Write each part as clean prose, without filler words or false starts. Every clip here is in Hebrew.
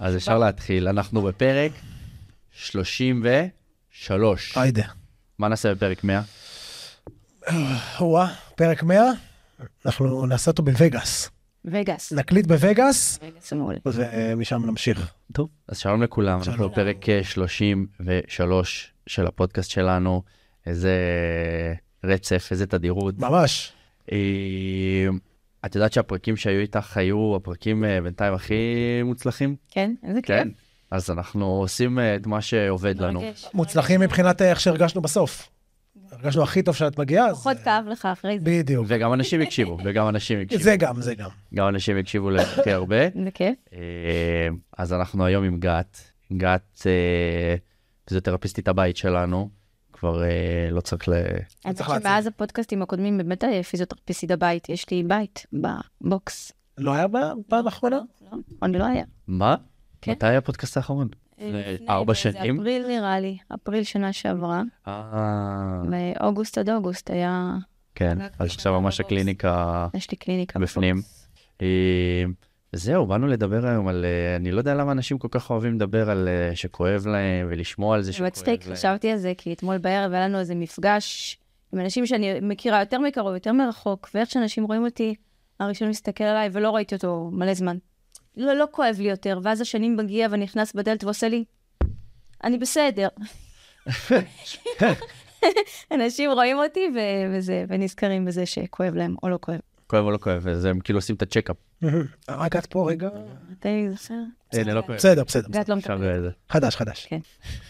אז אפשר להתחיל. אנחנו בפרק 33. היידה. מה נעשה בפרק 100? פרק 100, אנחנו נעשה אותו בווגאס. וגאס. נקליט בווגאס, וגאס מעולה. ומשם נמשיך. טוב, אז שלום לכולם. אנחנו בפרק 33 של הפודקאסט שלנו. איזה רצף, איזה תדירות. ממש. את יודעת שהפרקים שהיו איתך היו הפרקים בינתיים הכי מוצלחים? כן, איזה כיף. כן. אז אנחנו עושים את מה שעובד לנו. מרגש. מוצלחים מבחינת איך שהרגשנו בסוף. הרגשנו הכי טוב שאת מגיעה. אז- פחות כאב לך אחרי זה. בדיוק. וגם אנשים הקשיבו, זה גם. גם אנשים הקשיבו הכי הרבה. זה כיף. אז אנחנו היום עם גת, פיזיותרפיסטית הבית שלנו, כבר לא צריך האמת צריך להציג. שמאז הפודקאסטים הקודמים, באמת פיזיותרפיסטית הבית, יש לי בית בבוקס. לא היה בפעם האחרונה? לא, אני לא היה. מה? כן. מתי היה הפודקאסט האחרון? לפני 4 זה שנים? אפריל נראה לי, אפריל שנה שעברה, ואוגוסט עד אוגוסט היה, כן, אז עכשיו ממש הקליניקה יש לי קליניקה. בפנים. בבוקס. וזהו, באנו לדבר היום על, אני לא יודע למה אנשים כל כך אוהבים לדבר על שכואב להם, ולשמוע על זה שכואב מצחיק, להם. חשבתי על זה, כי אתמול בערב היה לנו איזה מפגש עם אנשים שאני מכירה יותר מקרוב, יותר מרחוק, ואיך שאנשים רואים אותי, הראשון מסתכל עליי, ולא ראיתי אותו מלא זמן. לא כואב לי יותר, ואז השנים מגיע ונכנס בדלת ועושה לי, אני בסדר. אנשים רואים אותי ונזכרים בזה שכואב להם או לא כואב. כואב או לא כואב, אז הם כאילו עושים את הצ'קאפ. רק את פה רגע. אתה בסדר? הנה, לא כואב. בסדר. גת לא עכשיו מטפל. זה. חדש. כן.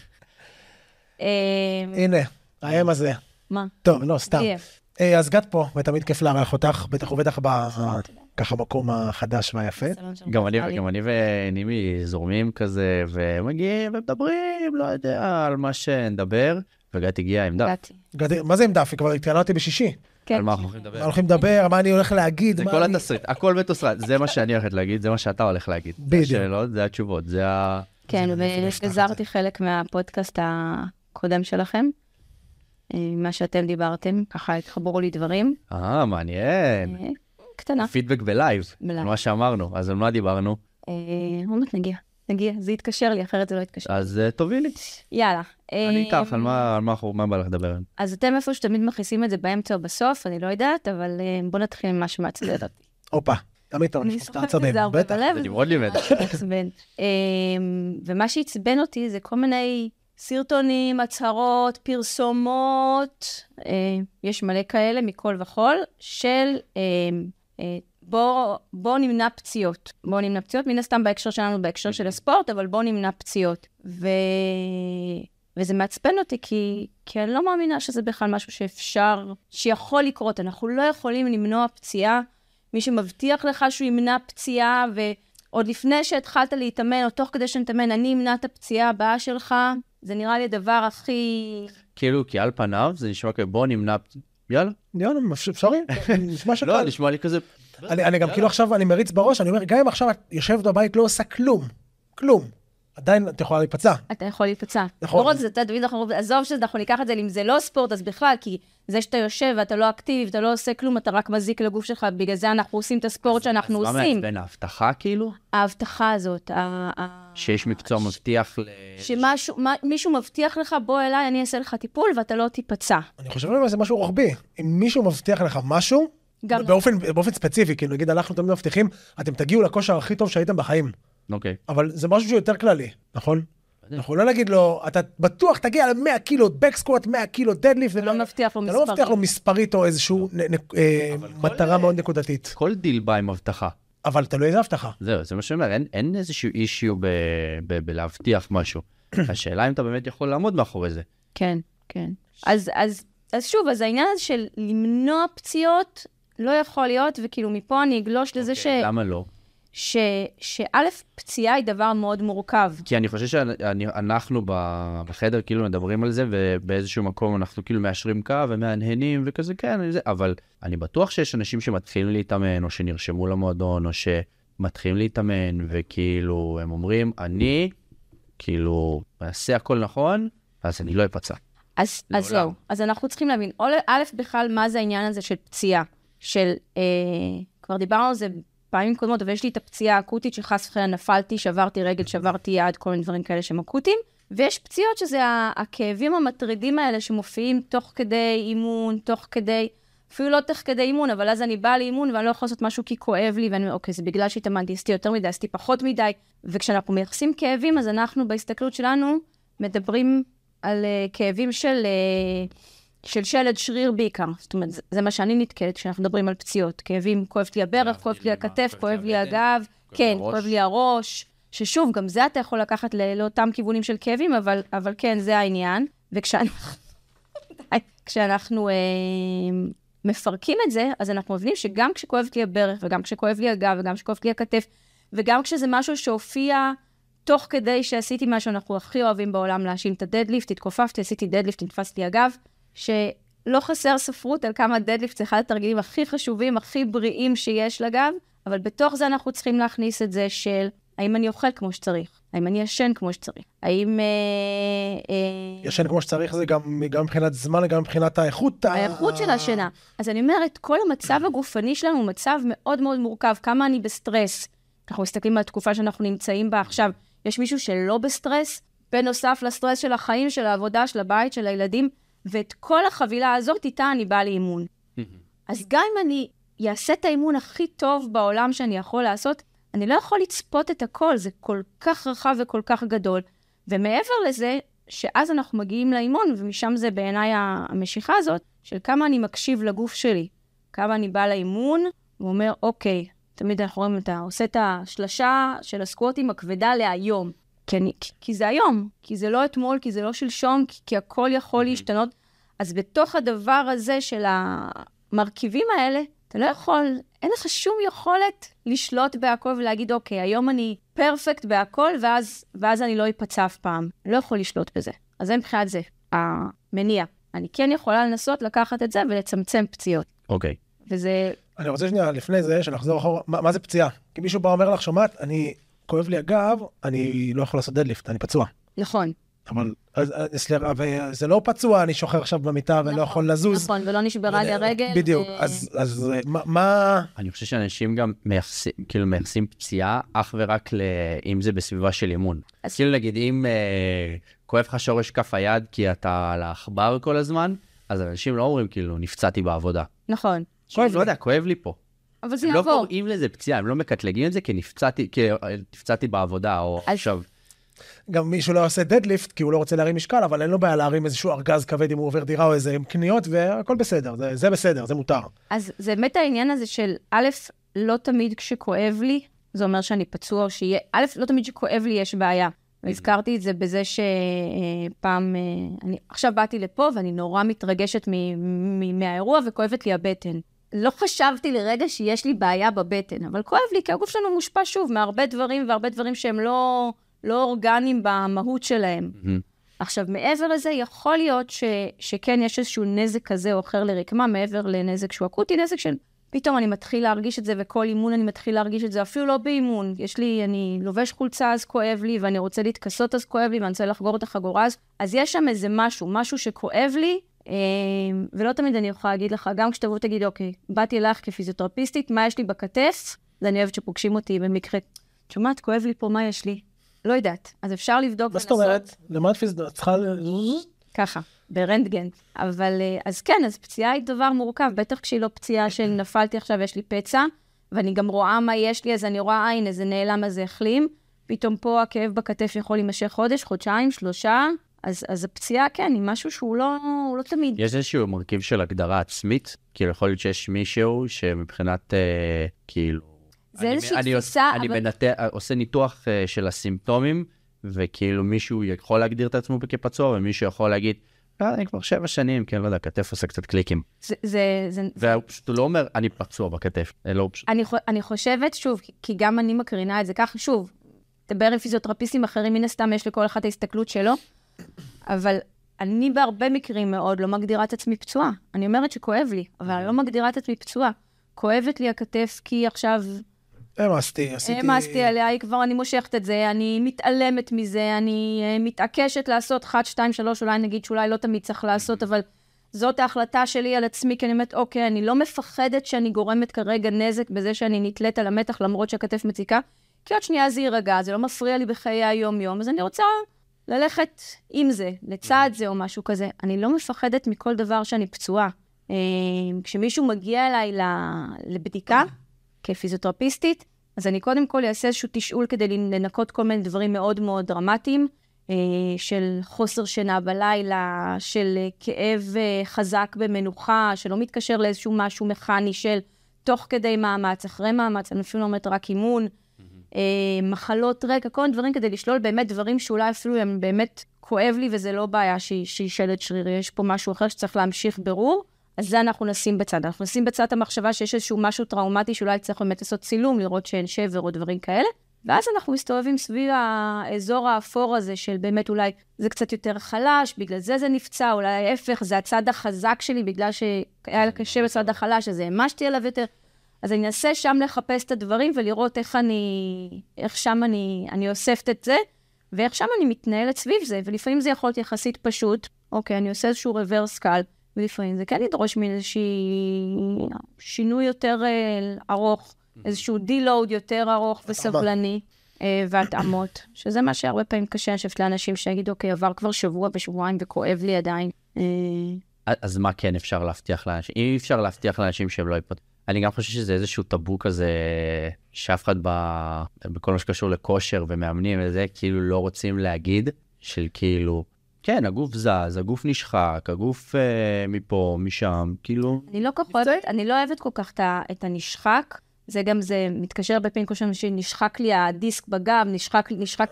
הנה, האם הזה. מה? טוב, לא, סתם. יהיה. אז גת פה, ותמיד כיף לארח אותך, בטח ובטח ככה מקום החדש והיפה. סלון של גם מזכ"לי. אני ונימי זורמים כזה, ומגיעים ומדברים, לא יודע, על מה שנדבר, וגת הגיעה עם דף. הגעתי. גדי, מה זה עם דף? היא כבר התראיינה אותי בשישי. כן. על מה אנחנו הולכים לדבר? מה הולכים לדבר, מה אני הולך להגיד. זה מה כל אני- התסריט, הכל בתוסרט, זה מה שאני הולכת להגיד, זה מה שאתה הולך להגיד. בדיוק. זה השאלות, זה התשובות, זה ה... כן, זה נפתח את והזהרתי חלק מהפודקאסט הקודם שלכם, מה שאתם דיברתם, ככה התחברו לי דברים. מעניין. קטנה. פידבק בלייב, בלייב. על מה שאמרנו, אז על מה דיברנו? עוד מעט נגיע, זה יתקשר לי, אחרת זה לא יתקשר. אז תובילי, יאללה. אני איתך, על מה בא לך לדבר? אז אתם איפה שתמיד מכניסים את זה באמצע או בסוף, אני לא יודעת, אבל בוא נתחיל עם משהו מעצבן אותי. הופה, תמיד טוב, אני נפתח סוחבת עצבים, את זה הרבה בטח. בלב. זה נמרוד לי ממנו. מעצבן. ומה שעצבן אותי זה כל מיני סרטונים, הצהרות, פרסומות, יש מלא כאלה מכל וכל, של בוא נמנע פציעות. בוא נמנע פציעות, מן הסתם בהקשר שלנו, בהקשר של הספורט, אבל בוא נמנע פציעות. וזה מעצבן אותי, כי אני לא מאמינה שזה בכלל משהו שיכול לקרות. אנחנו לא יכולים למנוע פציעה. מי שמבטיח לך שהוא ימנע פציעה, ועוד לפני שהתחלת להתאמן, או תוך כדי שנתאמן, אני אמנע את הפציעה הבאה שלך, זה נראה לי הדבר הכי... כאילו, כי על פניו זה נשמע כאילו, בוא נמנע... יאללה. יאללה, אפשרי? נשמע שקל. לא, נשמע לי כזה... אני גם כאילו עכשיו, אני מריץ בראש, אני אומר, גם אם עכשיו את יושבת בבית, לא עושה כלום. עדיין את יכולה להיפצע. אתה יכול להיפצע. נכון. לא רק זה, אתה דוד, עזוב שאנחנו ניקח את זה, אם זה לא ספורט, אז בכלל, כי זה שאתה יושב ואתה לא אקטיבי, ואתה לא עושה כלום, אתה רק מזיק לגוף שלך, בגלל זה אנחנו עושים את הספורט שאנחנו אז מה עושים. מעצבן ההבטחה כאילו? ההבטחה הזאת, שיש מקצוע מבטיח שמישהו מבטיח לך, בוא אליי, אני אעשה לך טיפול, ואתה לא תיפצע. אני חושב על זה משהו רוחבי. אם מישהו מבטיח לך משהו, גם באופן ספציפי, כאילו נגיד אנחנו תמיד מבטיחים, אתם תגיעו לכושר הכי טוב שהייתם בחיים. אוקיי. אבל זה משהו שהוא יותר כללי, נכון? אנחנו לא נגיד לו, אתה בטוח תגיע ל-100 קילו בקסקוואט, 100 קילו דדליפט, אתה לא מבטיח לו אתה מספר. לא מבטיח לו מספרית או איזשהו מטרה מאוד נקודתית. כל דיל בא עם הבטחה. אבל תלוי איזה הבטחה. זהו, זה מה שאומר, אין איזשהו אישיו בלהבטיח משהו. השאלה אם אתה באמת יכול לעמוד מאחורי זה. כן, כן. אז שוב, אז העניין הזה של למנוע פציעות לא יכול להיות, וכאילו מפה אני אגלוש לזה למה לא? שא', פציעה היא דבר מאוד מורכב. כי אני חושב שאנחנו בחדר כאילו מדברים על זה, ובאיזשהו מקום אנחנו כאילו מאשרים קו ומענהנים וכזה, כן, אבל אני בטוח שיש אנשים שמתחילים להתאמן, או שנרשמו למועדון, או שמתחילים להתאמן, וכאילו הם אומרים, אני כאילו אעשה הכל נכון, אז אני לא אפצע. אז זהו, אז אנחנו צריכים להבין, א', בכלל מה זה העניין הזה של פציעה, של, כבר דיברנו על זה פעמים קודמות, אבל יש לי את הפציעה האקוטית שחס וחלילה נפלתי, שברתי רגל, שברתי יד, כל מיני דברים כאלה שהם אקוטיים, ויש פציעות שזה הכאבים המטרידים האלה שמופיעים תוך כדי אימון, תוך כדי, אפילו לא תוך כדי אימון, אבל אז אני באה לאימון ואני לא יכולה לעשות משהו כי כואב לי, ואני אומר, אוקיי, זה בגלל שהתאמנתי, עשיתי יותר מדי, עשיתי פחות מדי, וכשאנחנו מייחסים כאבים, אז אנחנו בהסתכלות שלנו מדברים על כאבים של שלד שריר בעיקר. זאת אומרת, זה מה שאני נתקלת כשאנחנו מדברים על פציעות. כאבים, כואב לי הברך, כואב לי הכתף, כואב לי הגב, כן, כואב לי הראש, ששוב, גם זה אתה יכול לקחת לאותם כיוונים של כאבים, אבל כן, זה העניין. וכשאנחנו מפרקים את זה, אז אנחנו מבינים שגם כשכואבת לי הברך, וגם כשכואב לי הגב, וגם כשכואבת לי הכתף, וגם כשזה משהו שהופיע תוך כדי שעשיתי מה שאנחנו הכי אוהבים בעולם, להשאיל את הדדליפט, התכופפתי, עשיתי דדליפט, נתפס לי הגב, שלא חסר ספרות על כמה דדליפט זה אחד התרגילים הכי חשובים, הכי בריאים שיש לגב, אבל בתוך זה אנחנו צריכים להכניס את זה של האם אני אוכל כמו שצריך, האם אני ישן כמו שצריך, האם ישן כמו שצריך זה גם מבחינת זמן, גם מבחינת האיכות. האיכות של השינה. אז אני אומרת, כל המצב הגופני שלנו הוא מצב מאוד מאוד מורכב, כמה אני בסטרס. אנחנו מסתכלים על התקופה שאנחנו נמצאים בה עכשיו, יש מישהו שלא בסטרס, בנוסף לסטרס של החיים, של העבודה, של הבית, של הילדים, ואת כל החבילה הזאת איתה אני באה לאימון. אז גם אם אני אעשה את האימון הכי טוב בעולם שאני יכול לעשות, אני לא יכול לצפות את הכל, זה כל כך רחב וכל כך גדול. ומעבר לזה, שאז אנחנו מגיעים לאימון, ומשם זה בעיניי המשיכה הזאת, של כמה אני מקשיב לגוף שלי, כמה אני באה לאימון, ואומר, אוקיי, תמיד אנחנו רואים, אתה עושה את השלשה של הסקווטים הכבדה להיום. כי זה היום, כי זה לא אתמול, כי זה לא שלשום, כי הכל יכול להשתנות. אז בתוך הדבר הזה של המרכיבים האלה, אתה לא יכול, אין לך שום יכולת לשלוט בהכל ולהגיד, אוקיי, היום אני פרפקט בהכל, ואז אני לא אפצע אף פעם. לא יכול לשלוט בזה. אז זה מבחינת זה, המניע. אני כן יכולה לנסות לקחת את זה ולצמצם פציעות. אוקיי. וזה... אני רוצה שנייה, לפני זה, שנחזור אחורה, מה זה פציעה? כי מישהו בא אומר לך, שומעת, אני כואב לי הגב, אני לא יכול לעשות דדליפט, אני פצוע. נכון. אבל זה לא פצוע, אני שוכר עכשיו במיטה ולא יכול לזוז. נכון, ולא נשברה לי הרגל. בדיוק, אז מה... אני חושב שאנשים גם מייחסים פציעה אך ורק אם זה בסביבה של אימון. אז כאילו נגיד, אם כואב לך שורש כף היד כי אתה על העכבר כל הזמן, אז אנשים לא אומרים כאילו, נפצעתי בעבודה. נכון. לא יודע, כואב לי פה. אבל זה הם יעבור. לא קוראים לזה פציעה, הם לא מקטלגים את זה כי נפצעתי בעבודה, או עכשיו... גם מישהו לא עושה דדליפט, כי הוא לא רוצה להרים משקל, אבל אין לו בעיה להרים איזשהו ארגז כבד אם הוא עובר דירה או איזה קניות, והכל בסדר, זה בסדר, זה מותר. אז זה באמת העניין הזה של, א', לא תמיד כשכואב לי, זה אומר שאני פצוע, או שיהיה, א', לא תמיד שכואב לי יש בעיה. והזכרתי את זה בזה שפעם, אני עכשיו באתי לפה, ואני נורא מתרגשת מהאירוע, וכואבת לי הבטן. לא חשבתי לרגע שיש לי בעיה בבטן, אבל כואב לי, כי הגוף שלנו מושפע שוב מהרבה דברים, והרבה דברים שהם לא אורגניים במהות שלהם. עכשיו, מעבר לזה, יכול להיות שכן יש איזשהו נזק כזה או אחר לרקמה, מעבר לנזק שהוא אקוטי, נזק של פתאום אני מתחיל להרגיש את זה, וכל אימון אני מתחיל להרגיש את זה, אפילו לא באימון. אני לובש חולצה, אז כואב לי, ואני רוצה להתכסות, אז כואב לי, ואני רוצה לחגור את החגורה, אז יש שם איזה משהו שכואב לי, ולא תמיד אני יכולה להגיד לך, גם כשתבוא תגיד, אוקיי, באתי אלייך כפיזיותרפיסטית, מה יש לי בכתף? אז אני אוהבת שפוגשים אותי במקרה. שומעת, כואב לי פה, מה יש לי? לא יודעת. אז אפשר לבדוק. מה זאת אומרת? למה את צריכה... ככה, ברנטגן. אבל, אז כן, אז פציעה היא דבר מורכב, בטח כשהיא לא פציעה של נפלתי עכשיו, יש לי פצע, ואני גם רואה מה יש לי, אז אני רואה עין, איזה נעלם, איזה החלים. פתאום פה הכאב בכתף יכול להימשך חודש, חודשיים, 3, אז הפציעה, כן, היא משהו שהוא לא תמיד. יש איזשהו מרכיב של הגדרה עצמית, כאילו יכול להיות שיש מישהו שמבחינת, כאילו... זה איזושהי תפיסה, אני עושה ניתוח של הסימפטומים, וכאילו מישהו יכול להגדיר את עצמו כפצוע, ומישהו יכול להגיד, אני כבר 7 שנים, כן, לא יודע, כתף עושה קצת קליקים. והוא פשוט לא אומר, אני פצוע בכתף. אני חושבת, שוב, כי גם אני מקרינה את זה ככה, שוב, דבר עם פיזיותרפיסטים אחרים, מן הסתם יש לכל אחד ההסתכלות שלו, אבל אני בהרבה מקרים מאוד לא מגדירה את עצמי פצועה. אני אומרת שכואב לי, אבל אני לא מגדירה את עצמי פצועה. כואבת לי הכתף כי עכשיו... העמסתי עליה, אני מושכת את זה, אני מתעלמת מזה, אני מתעקשת לעשות 1, 2, 3, אולי נגיד שאולי לא תמיד צריך לעשות, אבל זאת ההחלטה שלי על עצמי, כי אני אומרת, אוקיי, אני לא מפחדת שאני גורמת כרגע נזק בזה שאני נתלית על המתח, למרות שהכתף מציקה, כי עוד שנייה זה יירגע, זה לא מפריע לי בחיי היום-יום, אז אני רוצה ללכת עם זה, לצד זה או משהו כזה. אני לא מפחדת מכל דבר שאני פצועה. כשמישהו מגיע אליי לבדיקה, כפיזיותרפיסטית, אז אני קודם כל אעשה איזשהו תשאול כדי לנקות כל מיני דברים מאוד מאוד דרמטיים, של חוסר שינה בלילה, של כאב חזק במנוחה, שלא מתקשר לאיזשהו משהו מכני של תוך כדי מאמץ, אחרי מאמץ, אני אפילו לא אומרת רק אימון, מחלות רקע, כל מיני דברים כדי לשלול באמת דברים שאולי אפילו הם באמת כואב לי, וזה לא בעיה שהיא שלד שרירי, יש פה משהו אחר שצריך להמשיך ברור, אז זה אנחנו נשים בצד. אנחנו נשים בצד את המחשבה שיש איזשהו משהו טראומטי, שאולי צריך באמת לעשות צילום, לראות שאין שבר או דברים כאלה, ואז אנחנו מסתובבים סביב האזור האפור הזה, של באמת אולי זה קצת יותר חלש, בגלל זה נפצע, אולי ההפך, זה הצד החזק שלי, בגלל שהיה קשה בצד החלש, אז המשתי עליו יותר. אז אני אנסה שם לחפש את הדברים, ולראות איך שם אני אוספת את זה, ואיך שם אני מתנהלת סביב זה, ולפעמים זה יכול להיות יחסית פשוט, אוקיי, אני עושה איזשהו רוורס קל, ולפעמים זה כן ידרוש מאיזשהו שינוי יותר ארוך, איזשהו דילוד יותר ארוך וסבלני, והתאמות, שזה מה שהרבה פעמים קשה, אני חושבת לאנשים שיגידו, אוקיי, עבר כבר שבוע ושבועיים וכואב לי עדיין. אז מה כן אפשר להבטיח לאנשים? אם אפשר להבטיח לאנשים שהם לא ייפתחו. אני גם חושב שזה איזשהו טאבו כזה, שאף אחד בכל מה שקשור לכושר ומאמנים וזה, כאילו לא רוצים להגיד, של כאילו, כן, הגוף זז, הגוף נשחק, הגוף מפה, משם, כאילו... אני לא אוהבת כל כך את הנשחק, זה מתקשר בפין כושר שנשחק לי הדיסק בגב, נשחק...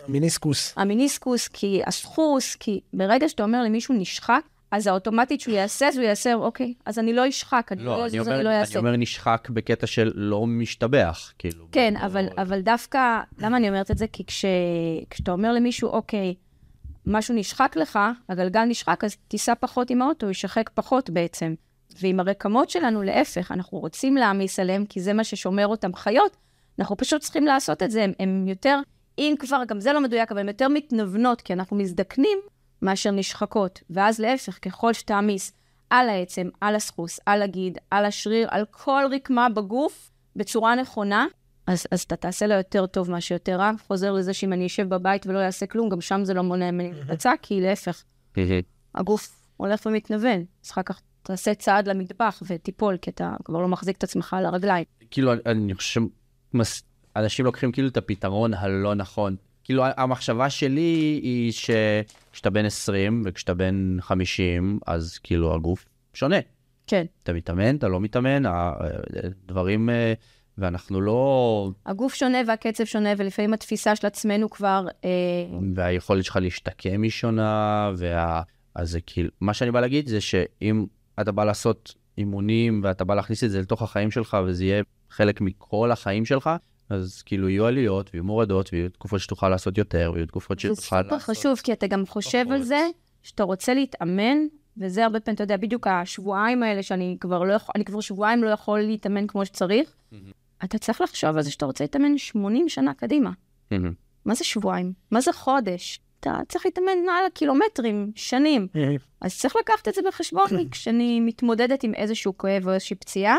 המיניסקוס, כי הסחוס, כי ברגע שאתה אומר למישהו נשחק, אז האוטומטית שהוא יעשה, אוקיי, אז אני לא אשחק, אני אומר נשחק בקטע של לא משתבח, כאילו. כן, אבל דווקא, למה אני אומרת את זה? כי כשאתה אומר למישהו, אוקיי, משהו נשחק לך, הגלגל נשחק, אז תיסע פחות עם האוטו, ישחק פחות בעצם. ועם הרקמות שלנו, להפך, אנחנו רוצים להעמיס עליהם, כי זה מה ששומר אותם חיות, אנחנו פשוט צריכים לעשות את זה, הם יותר, אם כבר, גם זה לא מדויק, אבל הם יותר מתנוונות, כי אנחנו מזדקנים, מאשר נשחקות, ואז להפך, ככל שתעמיס על העצם, על הסחוס, על הגיד, על השריר, על כל רקמה בגוף, בצורה נכונה, אז אתה תעשה לו יותר טוב מה שיותר רע, חוזר לזה שאם אני אשב בבית ולא יעשה כלום, גם שם זה לא מונע ממני לפצע, כי להפך, הגוף הולך ומתנוון, אז אחר כך תעשה צעד למטבח ותיפול, כי אתה כבר לא מחזיק את עצמך על הרגליים. כאילו, אני חושב שאנשים לוקחים כאילו את הפתרון הלא נכון, כאילו, המחשבה שלי היא שכשאתה בן 20 וכשאתה בן 50, אז כאילו הגוף שונה. כן. אתה מתאמן, אתה לא מתאמן, הדברים, ואנחנו לא... הגוף שונה והקצב שונה, ולפעמים התפיסה של עצמנו כבר... והיכולת שלך להשתקם היא שונה, אז זה כאילו... מה שאני בא להגיד זה שאם אתה בא לעשות אימונים, ואתה בא להכניס את זה לתוך החיים שלך, וזה יהיה חלק מכל החיים שלך, אז כאילו יהיו עליות ויהיו מורדות, ויהיו תקופות שתוכל לעשות יותר, ויהיו תקופות שתוכל לעשות... זה סופר חשוב, כי אתה גם חושב על זה, שאתה רוצה להתאמן, וזה הרבה פעמים, אתה יודע, בדיוק השבועיים האלה, שאני כבר שבועיים לא יכול להתאמן כמו שצריך, אתה צריך לחשוב על זה שאתה רוצה להתאמן 80 שנה קדימה. מה זה שבועיים? מה זה חודש? אתה צריך להתאמן על קילומטרים, שנים. אז צריך לקחת את זה בחשבון, כשאני מתמודדת עם איזשהו כואב או איזושהי פציעה.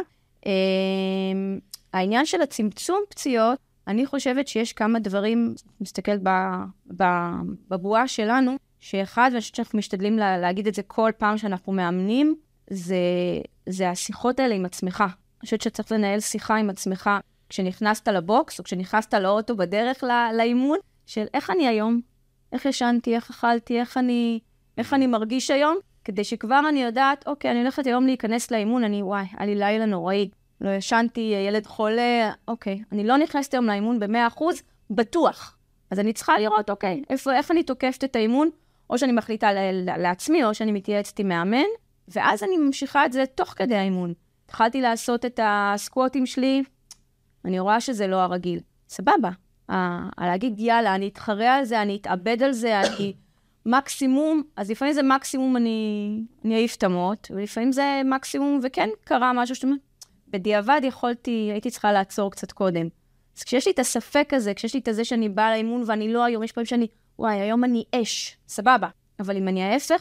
העניין של הצמצום פציעות, אני חושבת שיש כמה דברים, מסתכלת בבועה שלנו, שאחד, ואני חושבת שאנחנו משתדלים להגיד את זה כל פעם שאנחנו מאמנים, זה השיחות האלה עם עצמך. אני חושבת שצריך לנהל שיחה עם עצמך, כשנכנסת לבוקס, או כשנכנסת לאוטו בדרך לאימון, של איך אני היום, איך ישנתי, איך אכלתי, איך אני מרגיש היום, כדי שכבר אני יודעת, אוקיי, אני הולכת היום להיכנס לאימון, היה לי לילה נוראי. לא ישנתי, ילד חולה, אוקיי, אני לא נכנסת היום לאימון ב100%, בטוח. אז אני צריכה לראות, אוקיי, איך אני תוקפת את האימון, או שאני מחליטה לעצמי, או שאני מתייעצת עם מאמן, ואז אני ממשיכה את זה תוך כדי האימון. התחלתי לעשות את הסקווטים שלי, אני רואה שזה לא הרגיל. סבבה. להגיד, יאללה, אני אתחרה על זה, אני אתאבד על זה, אני מקסימום, אז לפעמים זה מקסימום אני אעיף את המות, ולפעמים זה מקסימום, וכן קרה משהו שאתה אומר, בדיעבד הייתי צריכה לעצור קצת קודם. אז כשיש לי את הספק הזה, כשיש לי את זה שאני באה לאימון ואני לא היום, יש פעמים שאני, היום אני אש, סבבה. אבל אם אני ההפך,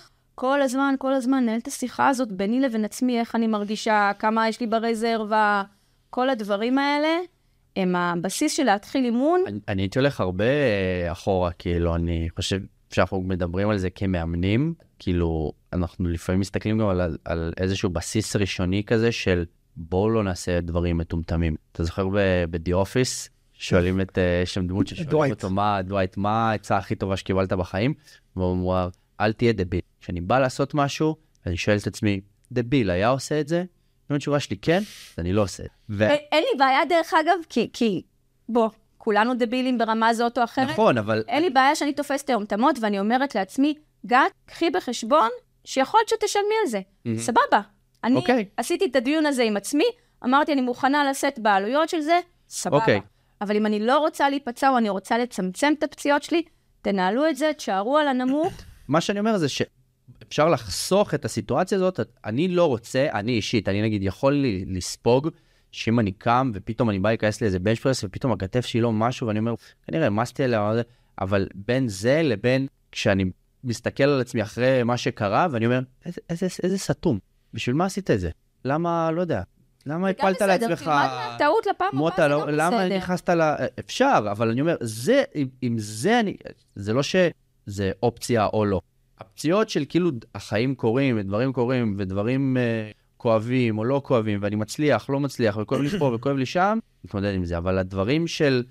כל הזמן, נהל את השיחה הזאת ביני לבין עצמי, איך אני מרגישה, כמה יש לי ברזרבה, כל הדברים האלה, הם הבסיס של להתחיל אימון. אני הייתי הולך הרבה אחורה, כאילו, אני חושב שאנחנו מדברים על זה כמאמנים, כאילו, אנחנו לפעמים מסתכלים גם על איזשהו בסיס ראשוני כזה של בואו לא נעשה דברים מטומטמים. אתה זוכר ב-The Office, שואלים את שם דמות ששואלים אותו, דווייט, מה העצה הכי טובה שקיבלת בחיים? והוא אומר, אל תהיה דביל. כשאני בא לעשות משהו, אני שואל את עצמי, דביל, היה עושה את זה? אם התשובה שלי כן, אז אני לא עושה את זה. אין לי בעיה דרך אגב, כי בוא, כולנו דבילים ברמה זאת או אחרת. נכון, אבל... אין לי בעיה שאני תופסת היום תמות, ואני אומרת לעצמי, גת, קחי בחשבון שיכול להיות שתשלמי על זה. סבבה. אני עשיתי את הדיון הזה עם עצמי, אמרתי, אני מוכנה לשאת בעלויות של זה, סבבה. אבל אם אני לא רוצה להיפצע, או אני רוצה לצמצם את הפציעות שלי, תנהלו את זה, תשארו על הנמוך. מה שאני אומר זה שאפשר לחסוך את הסיטואציה הזאת, אני לא רוצה, אני אישית, אני נגיד יכול לספוג, שאם אני קם ופתאום אני בא להיכנס לאיזה בנץ' פרס, ופתאום הכתף שלי לא משהו, ואני אומר, כנראה, מסתי עליה, אבל בין זה לבין כשאני מסתכל על עצמי אחרי מה שקרה, ואני אומר, איזה סתום, בשביל מה עשית את זה? למה, לא יודע, למה הפלת לעצמך... טעות לפעם הבאה, זה גם בסדר. למה נכנסת אפשר, אבל אני אומר, עם זה זה לא שזה אופציה או לא. הפציעות של כאילו החיים קורים, ודברים קורים, ודברים כואבים או לא כואבים, ואני מצליח, לא מצליח, וכואב לי פה וכואב לי שם, נתמודד עם זה. אבל הדברים של,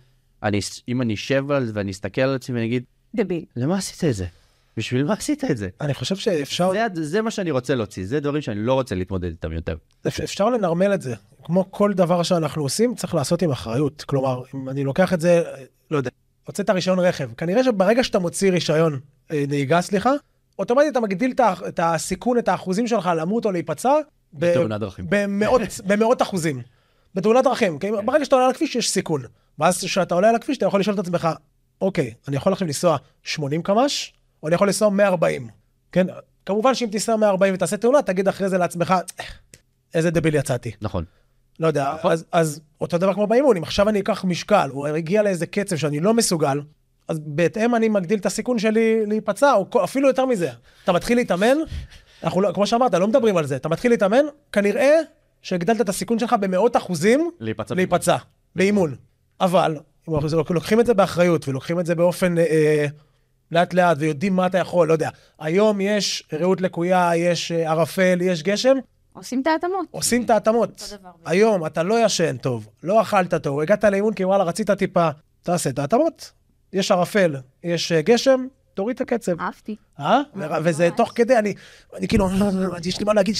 אם אני אשב על זה ואני אסתכל על עצמי ואני אגיד, דביל. למה עשית את זה? בשביל מה עשית את זה? אני חושב שאפשר... זה מה שאני רוצה להוציא, זה דברים שאני לא רוצה להתמודד איתם יותר. אפשר לנרמל את זה. כמו כל דבר שאנחנו עושים, צריך לעשות עם אחריות. כלומר, אם אני לוקח את זה, לא יודע, הוצאת רישיון רכב. כנראה שברגע שאתה מוציא רישיון נהיגה, סליחה, אוטומטית אתה מגדיל את הסיכון, את האחוזים שלך למות או להיפצע, בתאונת דרכים. במאות אחוזים. בתאונת דרכים. ברגע שאתה עולה על הכביש, יש סיכון. ואז כשאתה עולה על הכביש, אתה יכול לשאול את עצמך, אוקיי, אני יכול עכשיו לנסוע 80 קמ"ש, או אני יכול לנסוע 140. כן? כמובן שאם תיסע 140 ותעשה תאונה, תגיד אחרי זה לעצמך, איזה דביל יצאתי. נכון. לא יודע, אז אותו דבר כמו באימון, אם עכשיו אני אקח משקל, הוא הגיע לאיזה קצב שאני לא מסוגל, אז בהתאם אני מגדיל את הסיכון שלי להיפצע, או אפילו יותר מזה. אתה מתחיל להתאמן, כמו שאמרת, לא מדברים על זה, אתה מתחיל להתאמן, כנראה שהגדלת את הסיכון שלך במאות אחוזים להיפצע, באימון. אבל, לוקחים את זה באחריות, ולוקחים את זה באופן לאט לאט, ויודעים מה אתה יכול, לא יודע. היום יש ראות לקויה, יש ערפל, יש גשם. עושים את ההתאמות. היום אתה לא ישן טוב, לא אכלת טוב, הגעת לאימון כי וואלה, רצית טיפה, תעשה את ההתאמות. יש ערפל, יש גשם, תוריד את הקצב. אהבתי. וזה תוך כדי, אני כאילו, יש לי מה להגיד,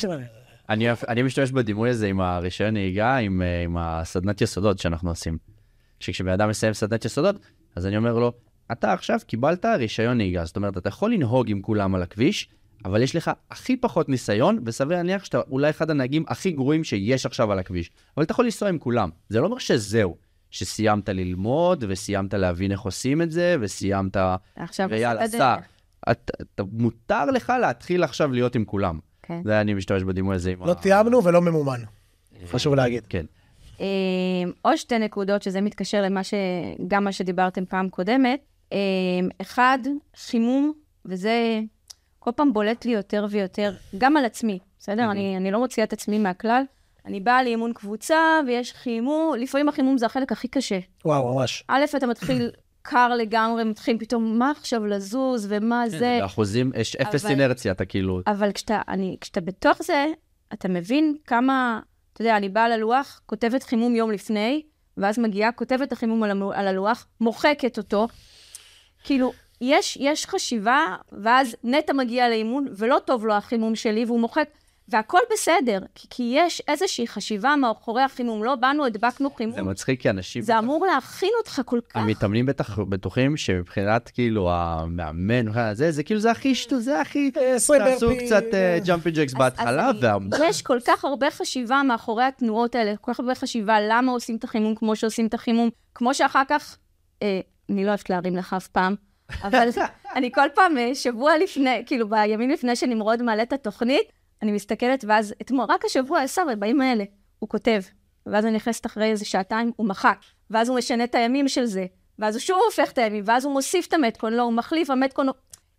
אני משתמש בדימוי הזה עם הרישיון נהיגה, עם הסדנת יסודות שאנחנו עושים. שכשבאדם מסיים סדנת יסודות, אז אני אומר לו, אתה עכשיו קיבלת רישיון נהיגה, זאת אומרת, אתה יכול לנהוג עם כולם על הכביש, אבל יש לך הכי פחות ניסיון, וסביר להניח שאתה אולי אחד הנהגים הכי גרועים שיש עכשיו על הכביש. אבל אתה יכול לנסוע עם כולם. זה לא אומר שזהו, שסיימת ללמוד, וסיימת להבין איך עושים את זה, וסיימת... ויאללה, סע. מותר לך להתחיל עכשיו להיות עם כולם. זה אני משתמש בדימוי הזה. לא תיאמנו ולא ממומן. חשוב להגיד. כן. עוד שתי נקודות, שזה מתקשר גם מה שדיברתם פעם קודמת. אחד, חימום, וזה כל פעם בולט לי יותר ויותר, גם על עצמי, בסדר? אני לא מוציאה את עצמי מהכלל. אני באה לאימון קבוצה, ויש חימום, לפעמים החימום זה החלק הכי קשה. וואו, ממש. א', אתה מתחיל קר לגמרי, מתחיל פתאום מה עכשיו לזוז, ומה זה. באחוזים, יש אפס אינרציה, אתה כאילו... אבל כשאתה בתוך זה, אתה מבין כמה... אתה יודע, אני באה ללוח, כותבת חימום יום לפני, ואז מגיעה, כותבת החימום על הלוח, מוחקת אותו. כאילו, יש חשיבה, ואז נטע מגיע לאימון, ולא טוב לו החימום שלי, והוא מוחק, והכל בסדר, כי יש איזושהי חשיבה מאחורי החימום, לא באנו, הדבקנו חימום. זה מצחיק, כי אנשים... זה אמור להכין אותך כל כך. המתאמנים בטוחים שמבחינת כאילו המאמן, זה כאילו זה הכי שטו, זה הכי... תעשו קצת ג'אמפי ג'קס בהתחלה. יש כל כך הרבה חשיבה מאחורי התנועות האלה, כל כך הרבה חשיבה למה עושים את החימום כמו שעושים את החימום, כמו שאחר כך, אני לא אוהבת להרים לך אף פעם, אבל אני כל פעם שבוע לפני, כאילו בימים לפני שנמרוד מעלה את התוכנית, אני מסתכלת, ואז רק השבוע 10 האלה, הוא כותב, ואז אני נכנסת אחרי איזה שעתיים, הוא מחק, ואז הוא משנה את הימים של זה, ואז הוא שוב הופך את הימים, ואז הוא מוסיף את המתכון, לא, הוא מחליף המתכון,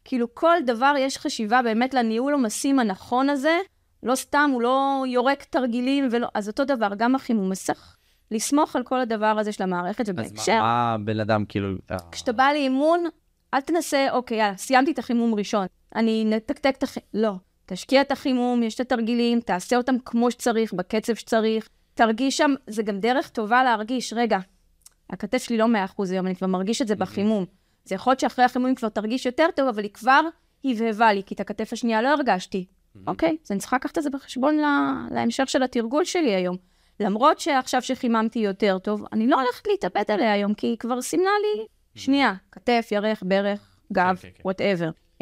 כאילו כל דבר יש חשיבה באמת לניהול המסים הנכון הזה, לא סתם, הוא לא יורק תרגילים, אז אותו דבר, גם החימום מסך, לסמוך על כל הדבר הזה של המערכת, ובהקשר... אז מה בן אדם כאילו... כשאתה בא לאימון, אל תנסה, אוקיי, יאללה, סיימתי את החימום ראשון, אני נתקתק את החימום, לא. תשקיע את החימום, יש את התרגילים, תעשה אותם כמו שצריך, בקצב שצריך, תרגיש שם, זה גם דרך טובה להרגיש, רגע, הכתף שלי לא 100% היום, אני כבר מרגיש את זה בחימום. זה יכול להיות שאחרי החימום כבר תרגיש יותר טוב, אבל היא כבר הבהבה לי, כי את הכתף השנייה לא הרגשתי. אוקיי, אז אני צריכה לקחת את זה בחשבון להמשך של התרגול שלי היום. למרות שעכשיו שחיממתי יותר טוב, אני לא הולכת להתאבד עליה היום, כי היא כבר סימנה לי שנייה, כתף, ירך, ברך, גב, whatever.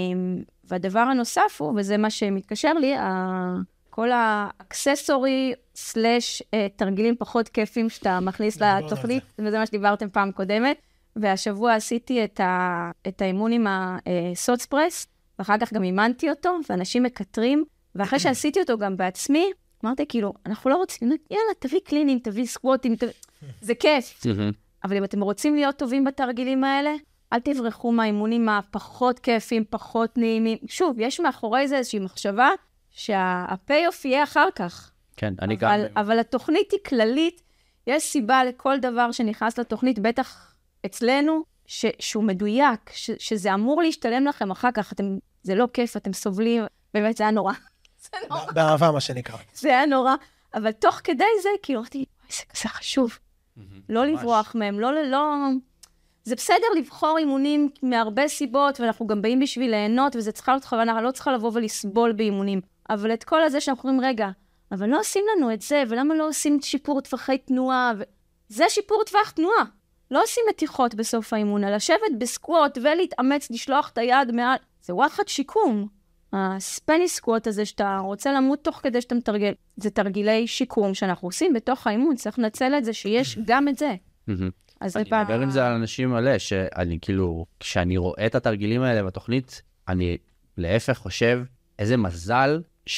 והדבר הנוסף הוא, וזה מה שמתקשר לי, כל האקססורי סלש תרגילים פחות כיפים שאתה מכניס לתוכנית, וזה מה שדיברתם פעם קודמת, והשבוע עשיתי את האימון עם הסוטספרס, ואחר כך גם אימנתי אותו, ואנשים מקטרים, ואחרי שעשיתי אותו גם בעצמי, אמרתי כאילו, אנחנו לא רוצים, יאללה, תביא קלינים, תביא סקווטים, זה כיף. אבל אם אתם רוצים להיות טובים בתרגילים האלה, אל תברחו מהאימונים הפחות כיפים, פחות נעימים. שוב, יש מאחורי זה איזושהי מחשבה, שהפי-אוף יהיה אחר כך. כן, אני גם... אבל התוכנית היא כללית, יש סיבה לכל דבר שנכנס לתוכנית, בטח אצלנו, שהוא מדויק, שזה אמור להשתלם לכם אחר כך, זה לא כיף, אתם סובלים, באמת זה היה נורא. באהבה מה שנקרא. זה היה נורא, אבל תוך כדי זה, כאילו, זה חשוב. לא לברוח מהם, לא... זה בסדר לבחור אימונים מהרבה סיבות, ואנחנו גם באים בשביל ליהנות, וזה צריכה להיות חוויה, לא צריכה לבוא ולסבול באימונים. אבל את כל הזה שאנחנו אומרים, רגע, אבל לא עושים לנו את זה, ולמה לא עושים שיפור טווחי תנועה? זה שיפור טווח תנועה. לא עושים מתיחות בסוף האימון, לשבת בסקווט ולהתאמץ, לשלוח את היד מעל. זה וואחד שיקום. הספני סקווט הזה שאתה רוצה למות תוך כדי שאתה מתרגל, זה תרגילי שיקום שאנחנו עושים בתוך האימון, צריך לנצל את זה שיש גם את זה. אני מדבר עם זה על אנשים מלא, שאני כאילו, כשאני רואה את התרגילים האלה בתוכנית, אני להפך חושב, איזה מזל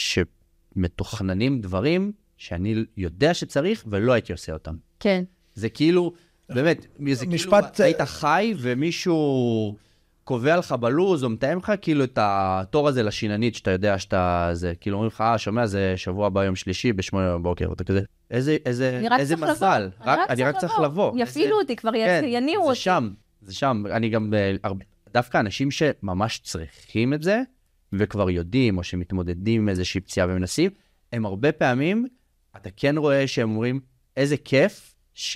שמתוכננים דברים שאני יודע שצריך ולא הייתי עושה אותם. כן. זה כאילו, באמת, זה כאילו, היית חי ומישהו קובע לך בלוז, או מתאם לך כאילו את התור הזה לשיננית, שאתה יודע שאתה, זה כאילו אומרים לך, שומע, זה שבוע הבא יום שלישי, ב8 בבוקר, אתה כזה, איזה מזל, אני רק צריך לבוא. יפעילו אותי, כבר יניעו אותי. זה שם, אני גם, דווקא אנשים שממש צריכים את זה, וכבר יודעים, או שמתמודדים עם איזושהי פציעה ומנסים, הם הרבה פעמים, אתה כן רואה שהם אומרים, איזה כיף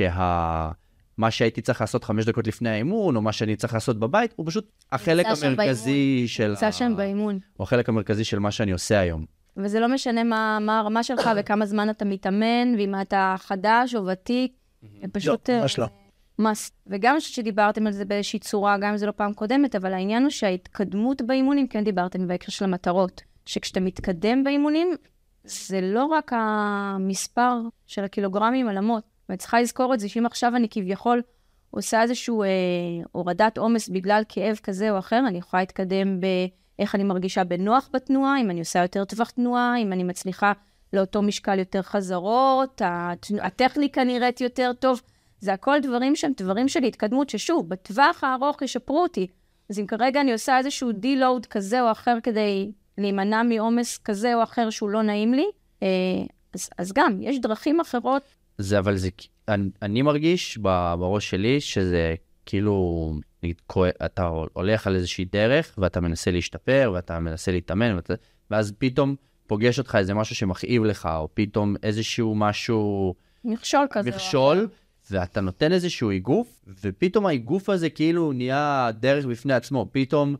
מה שהייתי צריך לעשות 5 דקות לפני האימון, או מה שאני צריך לעשות בבית, הוא פשוט החלק המרכזי של... נמצא שם באימון. הוא החלק המרכזי של מה שאני עושה היום. וזה לא משנה מה הרמה שלך וכמה זמן אתה מתאמן, ואם אתה חדש או ותיק, פשוט... לא, ממש לא. מס. וגם שדיברתם על זה באיזושהי צורה, גם אם זה לא פעם קודמת, אבל העניין הוא שההתקדמות באימונים, כן דיברתם בהקשר של המטרות, שכשאתה מתקדם באימונים, זה לא רק המספר של הקילוגרמים על המות, וצריכה לזכור את זה, שאם עכשיו אני כביכול עושה איזשהו הורדת עומס בגלל כאב כזה או אחר, אני יכולה להתקדם באיך אני מרגישה בנוח בתנועה, אם אני עושה יותר טווח תנועה, אם אני מצליחה לאותו משקל יותר חזרות, הטכניקה נראית יותר טוב, זה הכל דברים שהם דברים של התקדמות, ששוב, בטווח הארוך ישפרו אותי. אז אם כרגע אני עושה איזשהו דילואוד כזה או אחר כדי להימנע מעומס כזה או אחר שהוא לא נעים לי, אז גם, יש דרכים אחרות. אבל אני מרגיש בראש שלי שזה כאילו, אתה הולך על איזושהי דרך, ואתה מנסה להשתפר, ואתה מנסה להתאמן, ואז פתאום פוגש אותך איזה משהו שמכאיב לך, או פתאום איזשהו משהו... מכשול כזה. מכשול, ואתה נותן איזשהו איגוף, ופתאום האיגוף הזה כאילו נהיה דרך בפני עצמו. פתאום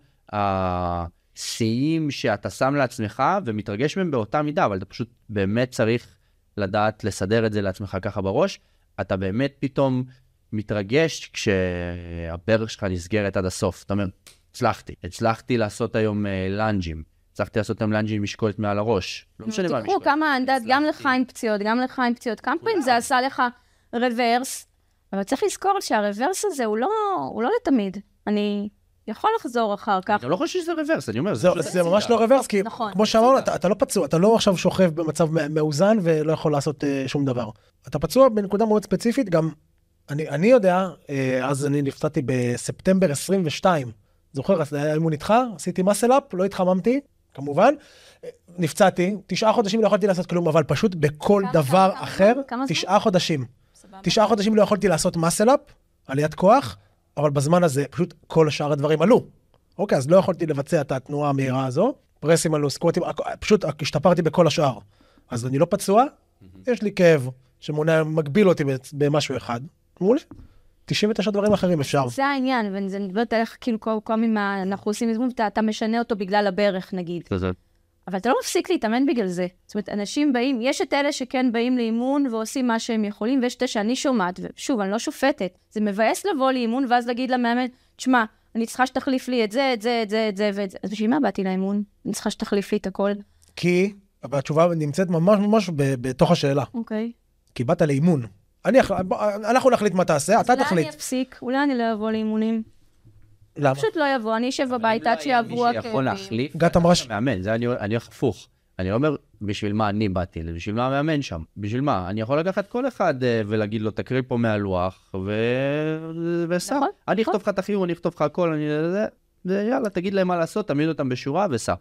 השיאים שאתה שם לעצמך, ומתרגש מהם באותה מידה, אבל אתה פשוט באמת צריך לדעת לסדר את זה לעצמך ככה בראש. אתה באמת פתאום מתרגש כשהברך שלך נסגרת עד הסוף. אתה אומר, הצלחתי לעשות היום לנג'ים. הצלחתי לעשות היום לנג'ים משקולת מעל הראש. לא משנה מה משקולת. תקחו כמה ענדת, גם לך עם פציעות, גם לך עם פציעות. כמה פעמים זה עשה לך רוורס, אבל צריך לזכור שהרוורס הזה הוא לא לתמיד. אני יכול לחזור אחר כך. אני לא חושב שזה רוורס, אני אומר. זה ממש לא רוורס, כי כמו שאמרנו, אתה לא פצוע, אתה לא עכשיו שוכב במצב מאוזן ולא יכול לעשות שום דבר. אתה פצוע בנקודה מאוד ספציפית, גם אני יודע, אז אני נפצעתי בספטמבר 22, זוכר, אז האימון איתך, עשיתי מסל-אפ, לא התחממתי, כמובן, נפצעתי, 9 חודשים לא יכולתי לעשות כלום, אבל פשוט בכל דבר אחר, 9 חודשים. 9 חודשים לא יכולתי לעשות מסל-אפ, עליית כוח, אבל בזמן הזה פשוט כל שאר הדברים עלו. אוקיי, אז לא יכולתי לבצע את התנועה המהירה הזו, פרסים עלו, סקווטים, פשוט השתפרתי בכל השאר. אז אני לא פצוע, יש לי כאב שמגביל אותי במשהו אחד. מעולה. 99 דברים אחרים אפשר. זה העניין, ואני מדברת עליך, כאילו, כל פעמים אנחנו עושים איזמון, אתה משנה אותו בגלל הברך, נגיד. אבל אתה לא מפסיק להתאמן בגלל זה. זאת אומרת, אנשים באים, יש את אלה שכן באים לאימון ועושים מה שהם יכולים, ויש את שאני שומעת, ושוב, אני לא שופטת. זה מבאס לבוא לאימון, ואז להגיד למאמן, תשמע, אני צריכה שתחליף לי את זה, את זה, את זה, את זה, ואת זה. אז בשביל מה באתי לאימון? אני צריכה שתחליף לי את הכל. כי, התשובה נמצאת ממש בתוך השאלה. אוקיי. כי באת לאימון. אנחנו נחליט מה תעשה, אתה תחליט. אולי אני אפסיק, אולי אני לא אבוא לאימונים. למה? פשוט לא יבוא, אני אשב בבית עד שיעברו הכאבים. מי שיכול להחליף, גת אמרה מאמן, זה אני הולך הפוך. אני אומר, בשביל מה אני באתי, בשביל מה המאמן שם, בשביל מה? אני יכול לקחת כל אחד ולהגיד לו, תקריא פה מהלוח, וסע. אני אכתוב לך את החיור, אני אכתוב לך הכל, ויאללה, תגיד להם מה לעשות, תמיד אותם בשורה, וסע.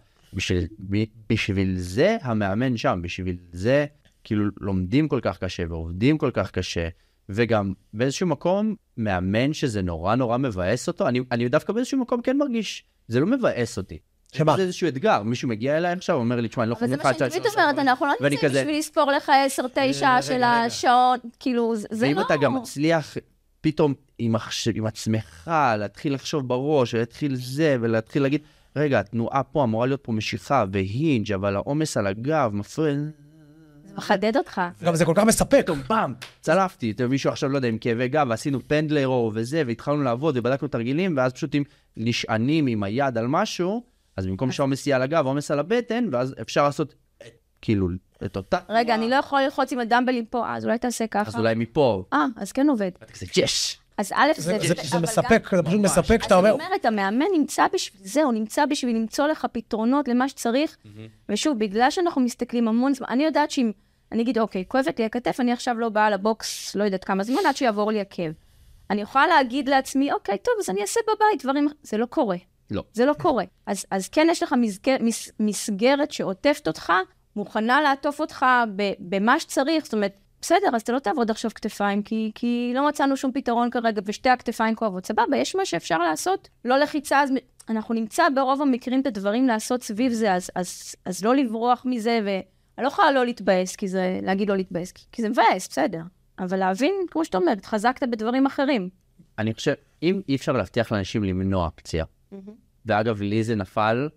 בשביל זה המאמן שם, בשביל זה, כאילו, לומדים כל כך קשה, ועובדים כל כך קשה, וגם באיזשהו מקום, מאמן שזה נורא נורא מבאס אותו, אני דווקא באיזשהו מקום כן מרגיש, זה לא מבאס אותי. שמה? זה איזשהו אתגר, מישהו מגיע אליי עכשיו, אומר לי, תשמע, אני לא אבל זה מה שאני תמיד אומרת, אנחנו לא נמצאים בשביל לספור לך 10-9 של השעות, כאילו, זה לא... ואם אתה גם מצליח פתאום עם עצמך, להתחיל לחשוב בראש, ולהתחיל זה, ולהתחיל להגיד, רגע, התנועה פה אמורה להיות פה משיכה, והינג', אבל העומס על הגב, מפריע... זה מחדד אותך. גם זה כל כך מספק. פתאום, פעם, צלפתי, מישהו עכשיו לא יודע, עם כאבי גב, ועשינו פנדלרו וזה, והתחלנו לעבוד, ובדקנו תרגילים, ואז פשוט נשענים עם היד על משהו, אז במקום שהעומס יהיה על הגב, העומס על הבטן, ואז אפשר לעשות, כאילו, את אותה... רגע, אני לא יכול ללחוץ עם הדמבלים פה, אז אולי תעשה ככה. אז אולי מפה. אז כן עובד. אז א', זה מספק, זה פשוט מספק שאתה אומר... אז אני אומרת, המאמן נמצא בשביל זה, הוא נמצא בשביל למצוא לך פתרונות למה שצריך, ושוב, בגלל שאנחנו מסתכלים המון זמן, אני יודעת שאם, אני אגיד, אוקיי, כואבת לי הכתף, אני עכשיו לא באה לבוקס, לא יודעת כמה זמן, עד שיעבור לי הכאב. אני יכולה להגיד לעצמי, אוקיי, טוב, אז אני אעשה בבית דברים, זה לא קורה. לא. זה לא קורה. אז כן, יש לך מסגרת שעוטפת אותך, מוכנה לעטוף אותך במה שצריך, זאת אומרת, בסדר, אז אתה לא תעבוד עכשיו כתפיים, כי לא מצאנו שום פתרון כרגע, ושתי הכתפיים כואבות. סבבה, יש מה שאפשר לעשות, לא לחיצה, אז אנחנו נמצא ברוב המקרים את הדברים לעשות סביב זה, אז לא לברוח מזה, ואני לא יכולה לא להתבאס, כי זה, להגיד לא להתבאס, כי זה מבאס, בסדר. אבל להבין, כמו שאתה אומר, התחזקת בדברים אחרים. אני חושב, אם אי אפשר להבטיח לאנשים למנוע פציעה, ואגב, לי זה נפל,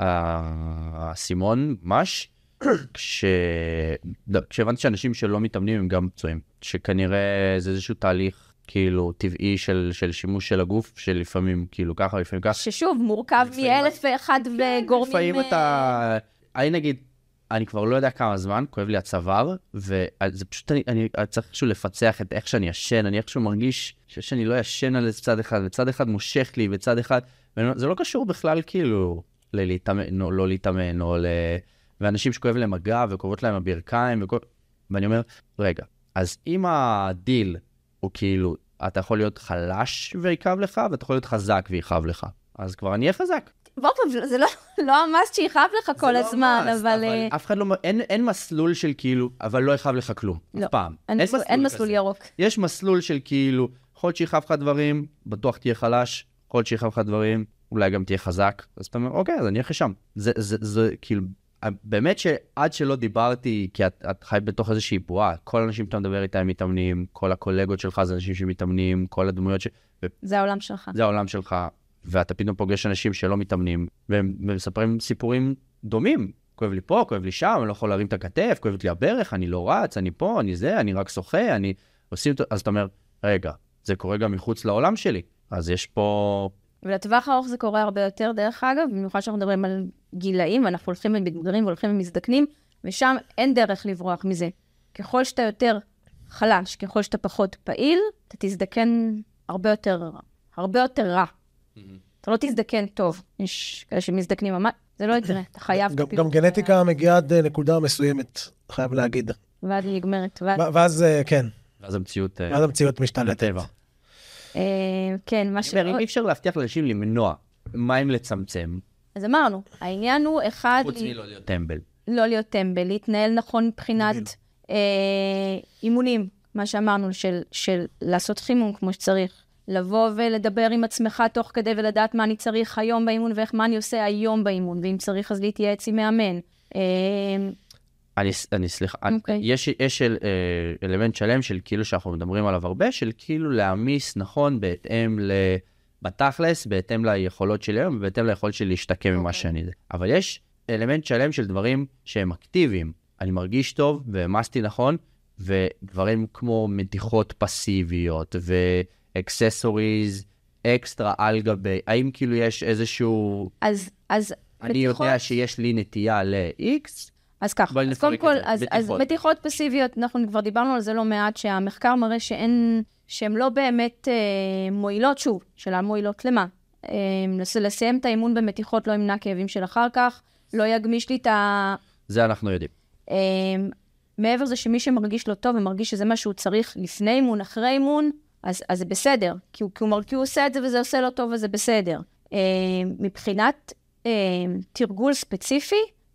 הסימון ממש, כשהבנתי שאנשים שלא מתאמנים הם גם פצועים, שכנראה זה איזשהו תהליך כאילו טבעי של שימוש של הגוף, שלפעמים כאילו ככה, לפעמים ככה. ששוב, מורכב מ1,001 וגורמים... לפעמים אתה... אני נגיד, אני כבר לא יודע כמה זמן, כואב לי הצוואר, וזה פשוט, אני צריך איכשהו לפצח את איך שאני ישן, אני איכשהו מרגיש שאני לא ישן על איזה צד אחד, וצד אחד מושך לי, וצד אחד... זה לא קשור בכלל כאילו להתאמן או לא להתאמן, או ואנשים שכואב להם הגב וכואבות להם הברכיים, ואני אומר, רגע, אז אם הדיל הוא כאילו, אתה יכול להיות חלש ויקב לך, ואתה יכול להיות חזק ויקב לך, אז כבר אני אהיה חזק. בוא, זה לא המס שיכב לך כל הזמן, אבל... אף אחד לא, אין מסלול של כאילו, אבל לא יכב לך כלום, אף פעם. אין מסלול ירוק. יש מסלול של כאילו, יכול להיות שיכב לך דברים, בטוח תהיה חלש, יכול להיות שיכב לך דברים, אולי גם תהיה חזק, אז אתה אומר, אוקיי, אז אני אלך לשם. זה כאילו, באמת שעד שלא דיברתי, כי את חי בתוך איזושהי בועה, כל האנשים שאתה מדבר איתם מתאמנים, כל הקולגות שלך זה אנשים שמתאמנים, כל הדמויות זה העולם שלך. זה העולם שלך, ואתה פתאום פוגש אנשים שלא מתאמנים, והם מספרים סיפורים דומים. כואב לי פה, כואב לי שם, אני לא יכול להרים את הכתף, כואבת לי הברך, אני לא רץ, אני פה, אני זה, אני רק שוחה, אני עושים... אז אתה אומר, רגע, זה קורה גם מחוץ לעולם שלי, אז יש פה... ולטווח הארוך זה קורה הרבה יותר, דרך אגב, במיוחד שאנחנו מדברים על גילאים, ואנחנו הולכים ומתבגרים והולכים ומזדקנים, ושם אין דרך לברוח מזה. ככל שאתה יותר חלש, ככל שאתה פחות פעיל, אתה תזדקן הרבה יותר רע. אתה לא תזדקן טוב. יש כאלה שמזדקנים ממש, זה לא יקרה, אתה חייב... גם גנטיקה מגיעה עד נקודה מסוימת, חייב להגיד. ואז היא נגמרת. ואז, כן. ואז המציאות... ואז המציאות משתלטת. לטבע. כן, מה ש... אי אפשר להבטיח לאנשים למנוע מה אם לצמצם? אז אמרנו, העניין הוא אחד... חוץ מלא להיות טמבל. לא להיות טמבל, להתנהל נכון מבחינת אימונים, מה שאמרנו, של לעשות חימום כמו שצריך, לבוא ולדבר עם עצמך תוך כדי ולדעת מה אני צריך היום באימון ואיך מה אני עושה היום באימון, ואם צריך אז להתייעץ עם מאמן. אני סליחה, יש אלמנט שלם של כאילו שאנחנו מדברים עליו הרבה, של כאילו להעמיס נכון בהתאם בתכלס, בהתאם ליכולות שלי היום, ובהתאם ליכולת שלי להשתקם ממה שאני זה. אבל יש אלמנט שלם של דברים שהם אקטיביים. אני מרגיש טוב והמסתי נכון, ודברים כמו מתיחות פסיביות ואקססוריז אקסטרה על גבי. האם כאילו יש איזשהו... אז אני יודע שיש לי נטייה ל-X, אז ככה, אז קודם כל, אז מתיחות פסיביות, אנחנו כבר דיברנו על זה לא מעט, שהמחקר מראה שהן לא באמת מועילות, שוב, שאלה מועילות למה? לסיים את האימון במתיחות לא ימנע כאבים של אחר כך, לא יגמיש לי את ה... זה אנחנו יודעים. מעבר זה שמי שמרגיש לא טוב ומרגיש שזה מה שהוא צריך לפני אימון, אחרי אימון, אז זה בסדר, כי הוא עושה את זה וזה עושה לו טוב וזה בסדר. מבחינת תרגול ספציפי,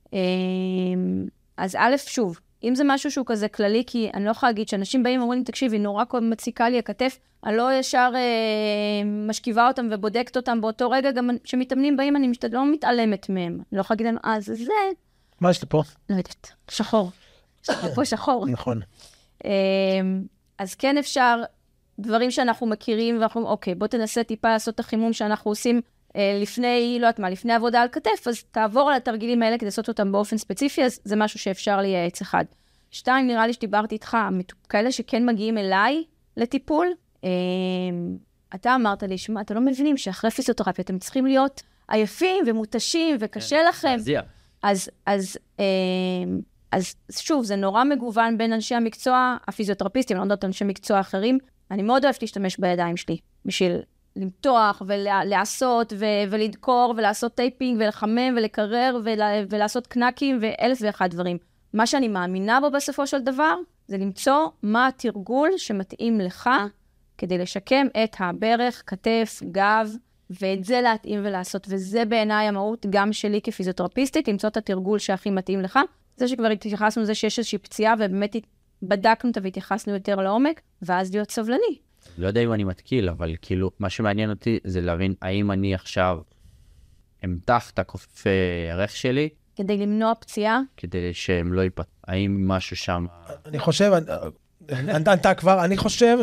אז א', שוב, אם זה משהו שהוא כזה כללי, כי אני לא יכולה להגיד שאנשים באים ואומרים, תקשיבי, נורא מציקה לי הכתף, אני לא ישר משכיבה אותם ובודקת אותם באותו רגע, גם כשמתאמנים באים, אני לא מתעלמת מהם. אני לא יכולה להגיד להם, זה... מה יש לי פה? לא יודעת, שחור. יש לי פה שחור. נכון. אז כן אפשר, דברים שאנחנו מכירים, ואנחנו אומרים, אוקיי, בוא תנסה טיפה לעשות את החימום שאנחנו עושים לפני, לא יודעת מה, לפני עבודה על כתף, אז תעבור על התרגילים האלה כדי לעשות אותם באופן ספציפי, אז זה משהו שאפשר לייעץ אחד. 2, נראה לי שדיברתי איתך, כאלה שכן מגיעים אליי לטיפול, אתה אמרת לי, שמע, אתה לא מבינים שאחרי פיזיותרפיה אתם צריכים להיות עייפים ומותשים וקשה לכם. אז שוב, זה נורא מגוון בין אנשי המקצוע, הפיזיותרפיסטים, אני לא יודעת אנשי מקצוע אחרים, אני מאוד אוהבת להשתמש בידיים שלי, בשביל למתוח ולעשות ולדקור ולעשות טייפינג ולחמם ולקרר ולעשות קנקים ואלף ואחד דברים. מה שאני מאמינה בו בסופו של דבר, זה למצוא מה התרגול שמתאים לך כדי לשקם את הברך, כתף, גב, ואת זה להתאים ולעשות. וזה בעיניי המהות גם שלי כפיזיותרפיסטית, למצוא את התרגול שהכי מתאים לך. זה שכבר התייחסנו לזה שיש איזושהי פציעה, ובאמת בדקנו אותה והתייחסנו יותר לעומק, ואז להיות סבלני. לא יודע אם אני מתקיל, אבל כאילו, מה שמעניין אותי זה להבין האם אני עכשיו אמתח את הכופפי ערך שלי, כדי למנוע פציעה? כדי שהם לא ייפתחו. האם משהו שם... אני חושב, אני חושב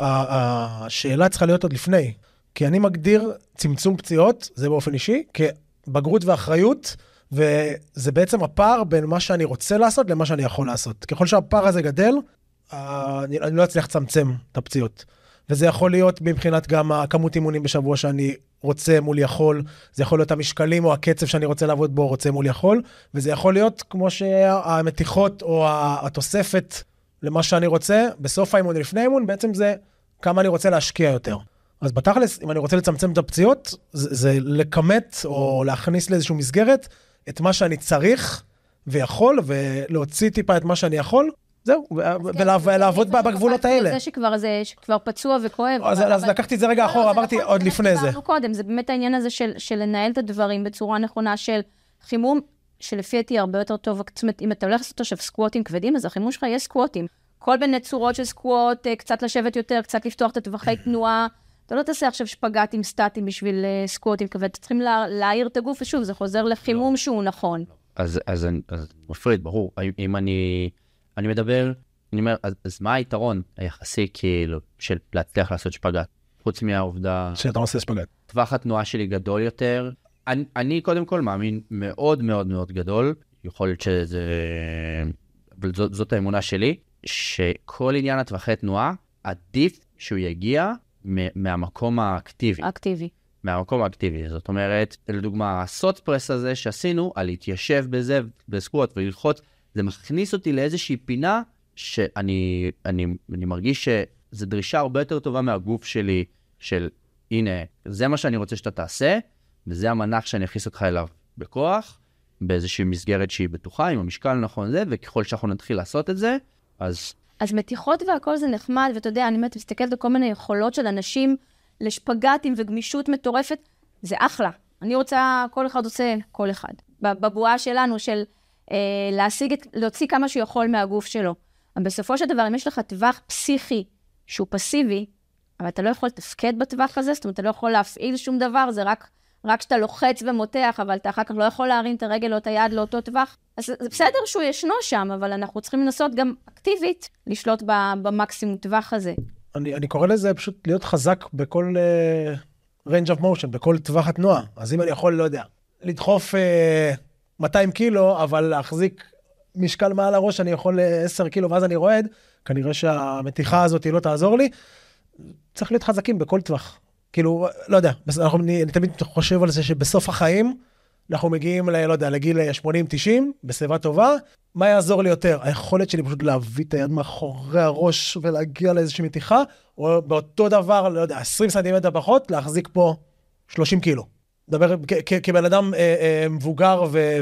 שהשאלה צריכה להיות עוד לפני. כי אני מגדיר צמצום פציעות, זה באופן אישי, כבגרות ואחריות, וזה בעצם הפער בין מה שאני רוצה לעשות למה שאני יכול לעשות. ככל שהפער הזה גדל, אני לא אצליח לצמצם את הפציעות. וזה יכול להיות מבחינת גם הכמות אימונים בשבוע שאני רוצה מול יכול, זה יכול להיות המשקלים או הקצב שאני רוצה לעבוד בו, רוצה מול יכול, וזה יכול להיות כמו שהמתיחות או התוספת למה שאני רוצה, בסוף האימון ולפני האימון, בעצם זה כמה אני רוצה להשקיע יותר. אז בתכלס, אם אני רוצה לצמצם את הפציעות, זה לקמת או להכניס לאיזושהי מסגרת את מה שאני צריך ויכול, ולהוציא טיפה את מה שאני יכול, זהו, ולעבוד בגבולות האלה. זה שכבר פצוע וכואב. אז לקחתי את זה רגע אחורה, אמרתי עוד לפני זה. זה באמת העניין הזה של לנהל את הדברים בצורה נכונה של חימום, שלפי דעתי הרבה יותר טוב, זאת אומרת, אם אתה הולך לעשות עכשיו סקווטים כבדים, אז החימום שלך יהיה סקווטים. כל מיני צורות של סקווט, קצת לשבת יותר, קצת לפתוח את הטווחי תנועה. אתה לא תעשה עכשיו שפגטים סטטיים בשביל סקווטים כבד, אתה צריכים להעיר את הגוף, ושוב, זה חוזר לחימום שהוא נכון. אז מפריד, ברור. אם אני מדבר, אני אומר, אז מה היתרון היחסי כאילו של להצליח לעשות שפגט? חוץ מהעובדה... שאתה עושה שפגט. טווח התנועה שלי גדול יותר. אני קודם כל מאמין מאוד מאוד מאוד גדול, יכול להיות שזה... אבל זאת האמונה שלי, שכל עניין הטווחי תנועה, עדיף שהוא יגיע מהמקום האקטיבי. אקטיבי. מהמקום האקטיבי. זאת אומרת, לדוגמה, הסוט פרס הזה שעשינו, על להתיישב בזה, בסקווט וללחוץ, זה מכניס אותי לאיזושהי פינה, שאני מרגיש שזו דרישה הרבה יותר טובה מהגוף שלי, של הנה, זה מה שאני רוצה שאתה תעשה, וזה המנח שאני אכניס אותך אליו בכוח, באיזושהי מסגרת שהיא בטוחה, עם המשקל נכון זה, וככל שאנחנו נתחיל לעשות את זה, אז מתיחות והכל זה נחמד, ואתה יודע, אני מסתכלת על כל מיני יכולות של אנשים, לשפגטים וגמישות מטורפת, זה אחלה. אני רוצה, כל אחד עושה, כל אחד. בבועה שלנו של להוציא כמה שהוא יכול מהגוף שלו. אבל בסופו של דבר, אם יש לך טווח פסיכי שהוא פסיבי, אבל אתה לא יכול לתפקד בטווח הזה, זאת אומרת, אתה לא יכול להפעיל שום דבר, זה רק שאתה לוחץ ומותח, אבל אתה אחר כך לא יכול להרים את הרגל או את היד לאותו טווח. אז זה בסדר שהוא ישנו שם, אבל אנחנו צריכים לנסות גם אקטיבית לשלוט במקסימום טווח הזה. אני קורא לזה פשוט להיות חזק בכל range of motion, בכל טווח התנועה. אז אם אני יכול, לא יודע, לדחוף 200 קילו, אבל להחזיק משקל מעל הראש, אני יכול 10 קילו, ואז אני רועד, כנראה שהמתיחה הזאת לא תעזור לי. צריך להיות חזקים בכל טווח. כאילו, לא יודע, אני תמיד חושב על זה שבסוף החיים, אנחנו מגיעים, לא יודע, לגיל 80-90, בסביבה טובה, מה יעזור לי יותר? היכולת שלי פשוט להביא את היד מאחורי הראש ולהגיע לאיזושהי מתיחה, או באותו דבר, לא יודע, 20 סנטימטר פחות, להחזיק פה 30 קילו. דבר כבן אדם מבוגר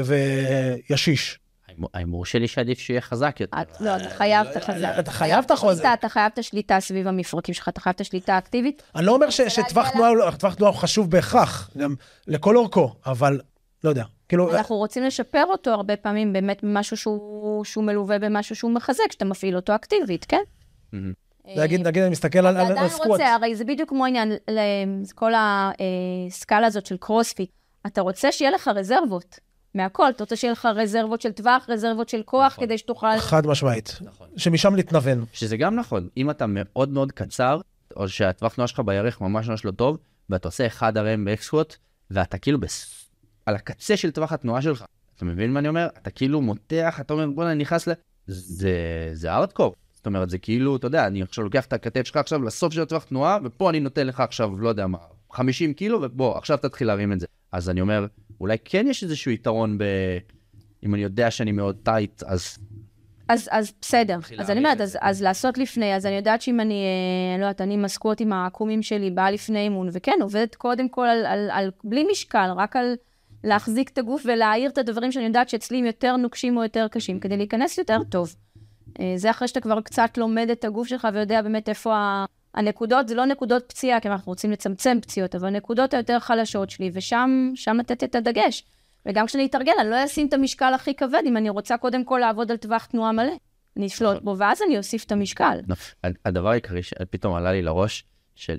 וישיש. האמור שלי שעדיף שיהיה חזק יותר. לא, אתה חייב את החזק. אתה חייב את החוזק. אתה חייב את השליטה סביב המפרקים שלך, אתה חייב את השליטה האקטיבית. אני לא אומר שטווח תנועה הוא חשוב בהכרח, גם לכל אורכו, אבל לא יודע. אנחנו רוצים לשפר אותו הרבה פעמים, באמת משהו שהוא מלווה במשהו שהוא מחזק, שאתה מפעיל אותו אקטיבית, כן? נגיד, אני מסתכל על הסקווט. אתה רוצה, הרי זה בדיוק כמו עניין, כל הסקאלה הזאת של קרוספיט. אתה רוצה שיהיה לך רזרבות מהכל, אתה רוצה שיהיה לך רזרבות של טווח, רזרבות של כוח, כדי שתוכל... חד משמעית. שמשם להתנוון. שזה גם נכון. אם אתה מאוד מאוד קצר, או שהטווח תנועה שלך בירך ממש לא טוב, ואתה עושה 1 RM באקסקווט, ואתה כאילו על הקצה של טווח התנועה שלך. אתה מבין מה אני אומר? אתה כאילו מותח, אתה אומר, בוא נכנס זה ארדקור. זאת אומרת, זה כאילו, אתה יודע, אני עכשיו לוקח את הכתף שלך עכשיו לסוף של הטווח תנועה, ופה אני נותן לך עכשיו, לא יודע מה, 50 קילו, ובוא, עכשיו תתחיל להרים את זה. אז אני אומר, אולי כן יש איזשהו יתרון אם אני יודע שאני מאוד טייט, אז בסדר. אז אני אומרת, אז לעשות לפני, אז אני יודעת שאם אני, לא יודעת, אני מסקות עם העקומים שלי, באה לפני אימון, וכן, עובדת קודם כל בלי משקל, רק על להחזיק את הגוף ולהעיר את הדברים שאני יודעת שאצלי הם יותר נוקשים או יותר קשים, כדי להיכנס יותר טוב. זה אחרי שאתה כבר קצת לומד את הגוף שלך ויודע באמת איפה הנקודות, זה לא נקודות פציעה, כי אנחנו רוצים לצמצם פציעות, אבל הנקודות היותר חלשות שלי, ושם לתת את הדגש. וגם כשאני אתרגל, אני לא אשים את המשקל הכי כבד, אם אני רוצה קודם כל לעבוד על טווח תנועה מלא. אני אשלוט בו, ואז אני אוסיף את המשקל. הדבר העיקרי שפתאום עלה לי לראש, של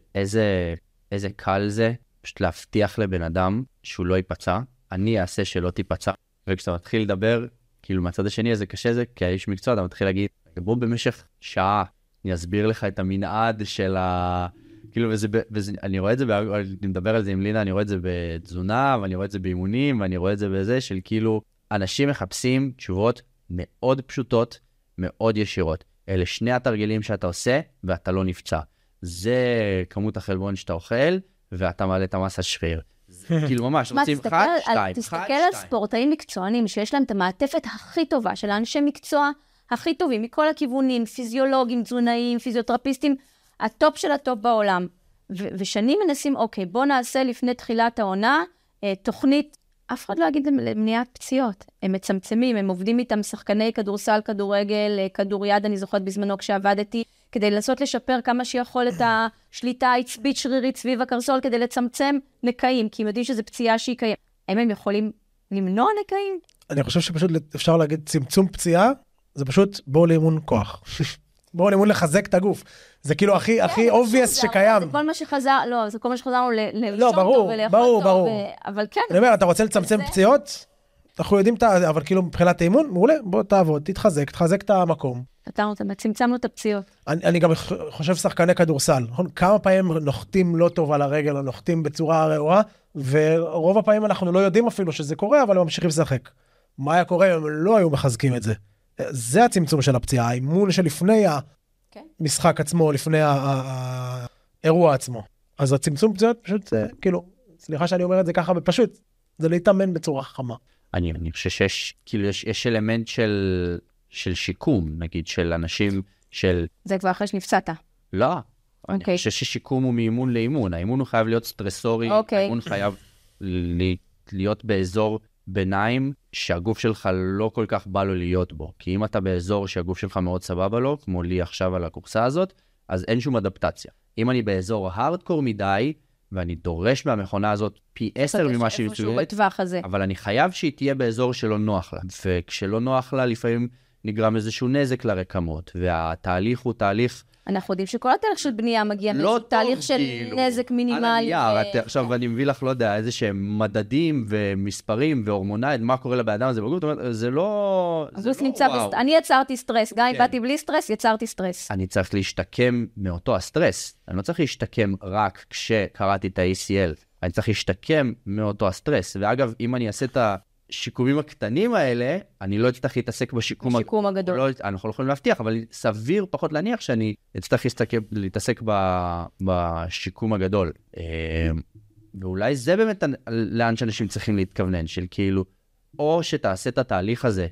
איזה קל זה, פשוט להבטיח לבן אדם שהוא לא ייפצע, אני אעשה שלא תיפצע, וכשאתה מתחיל לדבר, כאילו מהצד השני איזה קשה זה, כי האיש מקצוע, אתה מתחיל להגיד, בוא במשך שעה, אני אסביר לך את המנעד של כאילו, אני רואה את זה, אני מדבר על זה עם לינה, אני רואה את זה בתזונה, ואני רואה את זה באימונים, ואני רואה את זה בזה, של כאילו, אנשים מחפשים תשובות מאוד פשוטות, מאוד ישירות. אלה שני התרגלים שאתה עושה, ואתה לא נפצע. זה כמות החלבון שאתה אוכל, ואתה מעלה את המסה שריר. כאילו ממש, רוצים 1, 2, תסתכל על ספורטאים מקצוענים, שיש להם את המעטפת הכי טובה, של האנשי מקצוע הכי טובים, מכל הכיוונים, פיזיולוגים, תזונאים, פיזיותרפיסטים, הטופ של הטופ בעולם. ושנים מנסים, אוקיי, בוא נעשה לפני תחילת העונה, תוכנית, אף אחד לא יגיד למניעת פציעות. הם מצמצמים, הם עובדים איתם שחקני כדורסל, כדורגל, כדוריד, אני זוכרת בזמנו כשעבדתי, כדי לנסות לשפר כמה שיכול את השליטה העצבית שרירית סביב הקרסול, כדי לצמצם נקעים, כי הם יודעים שזו פציעה שהיא קיימת. האם הם יכולים למנוע נקעים? אני חושב שפשוט אפשר להגיד צמצום פציעה, זה פשוט בואו לאימון כוח. בואו לאימון לחזק את הגוף. זה כאילו הכי obvious שקיים. זה כל מה שחזר, לא, זה כל מה שחזרנו לא, ברור, ברור. אבל כן. אני אומר, אתה רוצה לצמצם פציעות? אנחנו יודעים, אבל כאילו מבחינת האימון, מעולה, בוא תעבוד, תחזק את המקום. צמצמנו את הפציעות. אני גם חושב שחקני כדורסל, כמה פעמים נוחתים לא טוב על הרגל, או נוחתים בצורה רעועה, ורוב הפעמים אנחנו לא יודעים אפילו שזה קורה, אבל הם ממשיכים לשחק. מה היה קורה אם הם לא היו מחזקים את זה? זה הצמצום של הפציעה, האימון שלפני המשחק עצמו, לפני האירוע עצמו. אז הצמצום פציעות פשוט, כאילו, סליחה שאני אומר את זה ככה בפשוט, זה להתאמן בצורה חכמה. אני חושב שיש, כאילו, יש אלמנט של שיקום, נגיד, של אנשים, זה כבר אחרי שנפצעת. לא. אני חושב ששיקום הוא מאימון לאימון. האימון הוא חייב להיות סטרסורי, האימון חייב להיות באזור ביניים, שהגוף שלך לא כל כך בא לו להיות בו. כי אם אתה באזור שהגוף שלך מאוד סבבה לו, כמו לי עכשיו על הקורסה הזאת, אז אין שום אדפטציה. אם אני באזור הארדקור מדי, ואני דורש מהמכונה הזאת פי 10 ממה שהיא איפשהו בטווח הזה. אבל אני חייב שהיא תהיה באזור שלא נוח לה, וכשלא נוח לה, לפעמים נגרם איזשהו נזק לרקמות, והתהליך הוא תהליך... אנחנו יודעים שכל התהליך של בנייה מגיע לא תהליך של כאילו, נזק מינימלי. על הנייר, עכשיו אני מביא לך, לא יודע, איזה שהם מדדים ומספרים והורמונאית, מה קורה לבן אדם הזה בגוף, זאת אומרת, זה לא... הגוף נמצא, אני יצרתי סטרס, גם אם באתי בלי סטרס, יצרתי סטרס. אני צריך להשתקם מאותו הסטרס, אני לא צריך להשתקם רק כשקראתי את ה-ACL, אני צריך להשתקם מאותו הסטרס, ואגב, אם אני אעשה את השיקומים הקטנים האלה, אני לא אצטרך להתעסק בשיקום הגדול. אנחנו לא יכולים להבטיח, אבל סביר פחות להניח שאני אצטרך להתעסק בשיקום הגדול. ואולי זה באמת לאן שאנשים צריכים להתכוונן, של כאילו, או שתעשה את התהליך הזה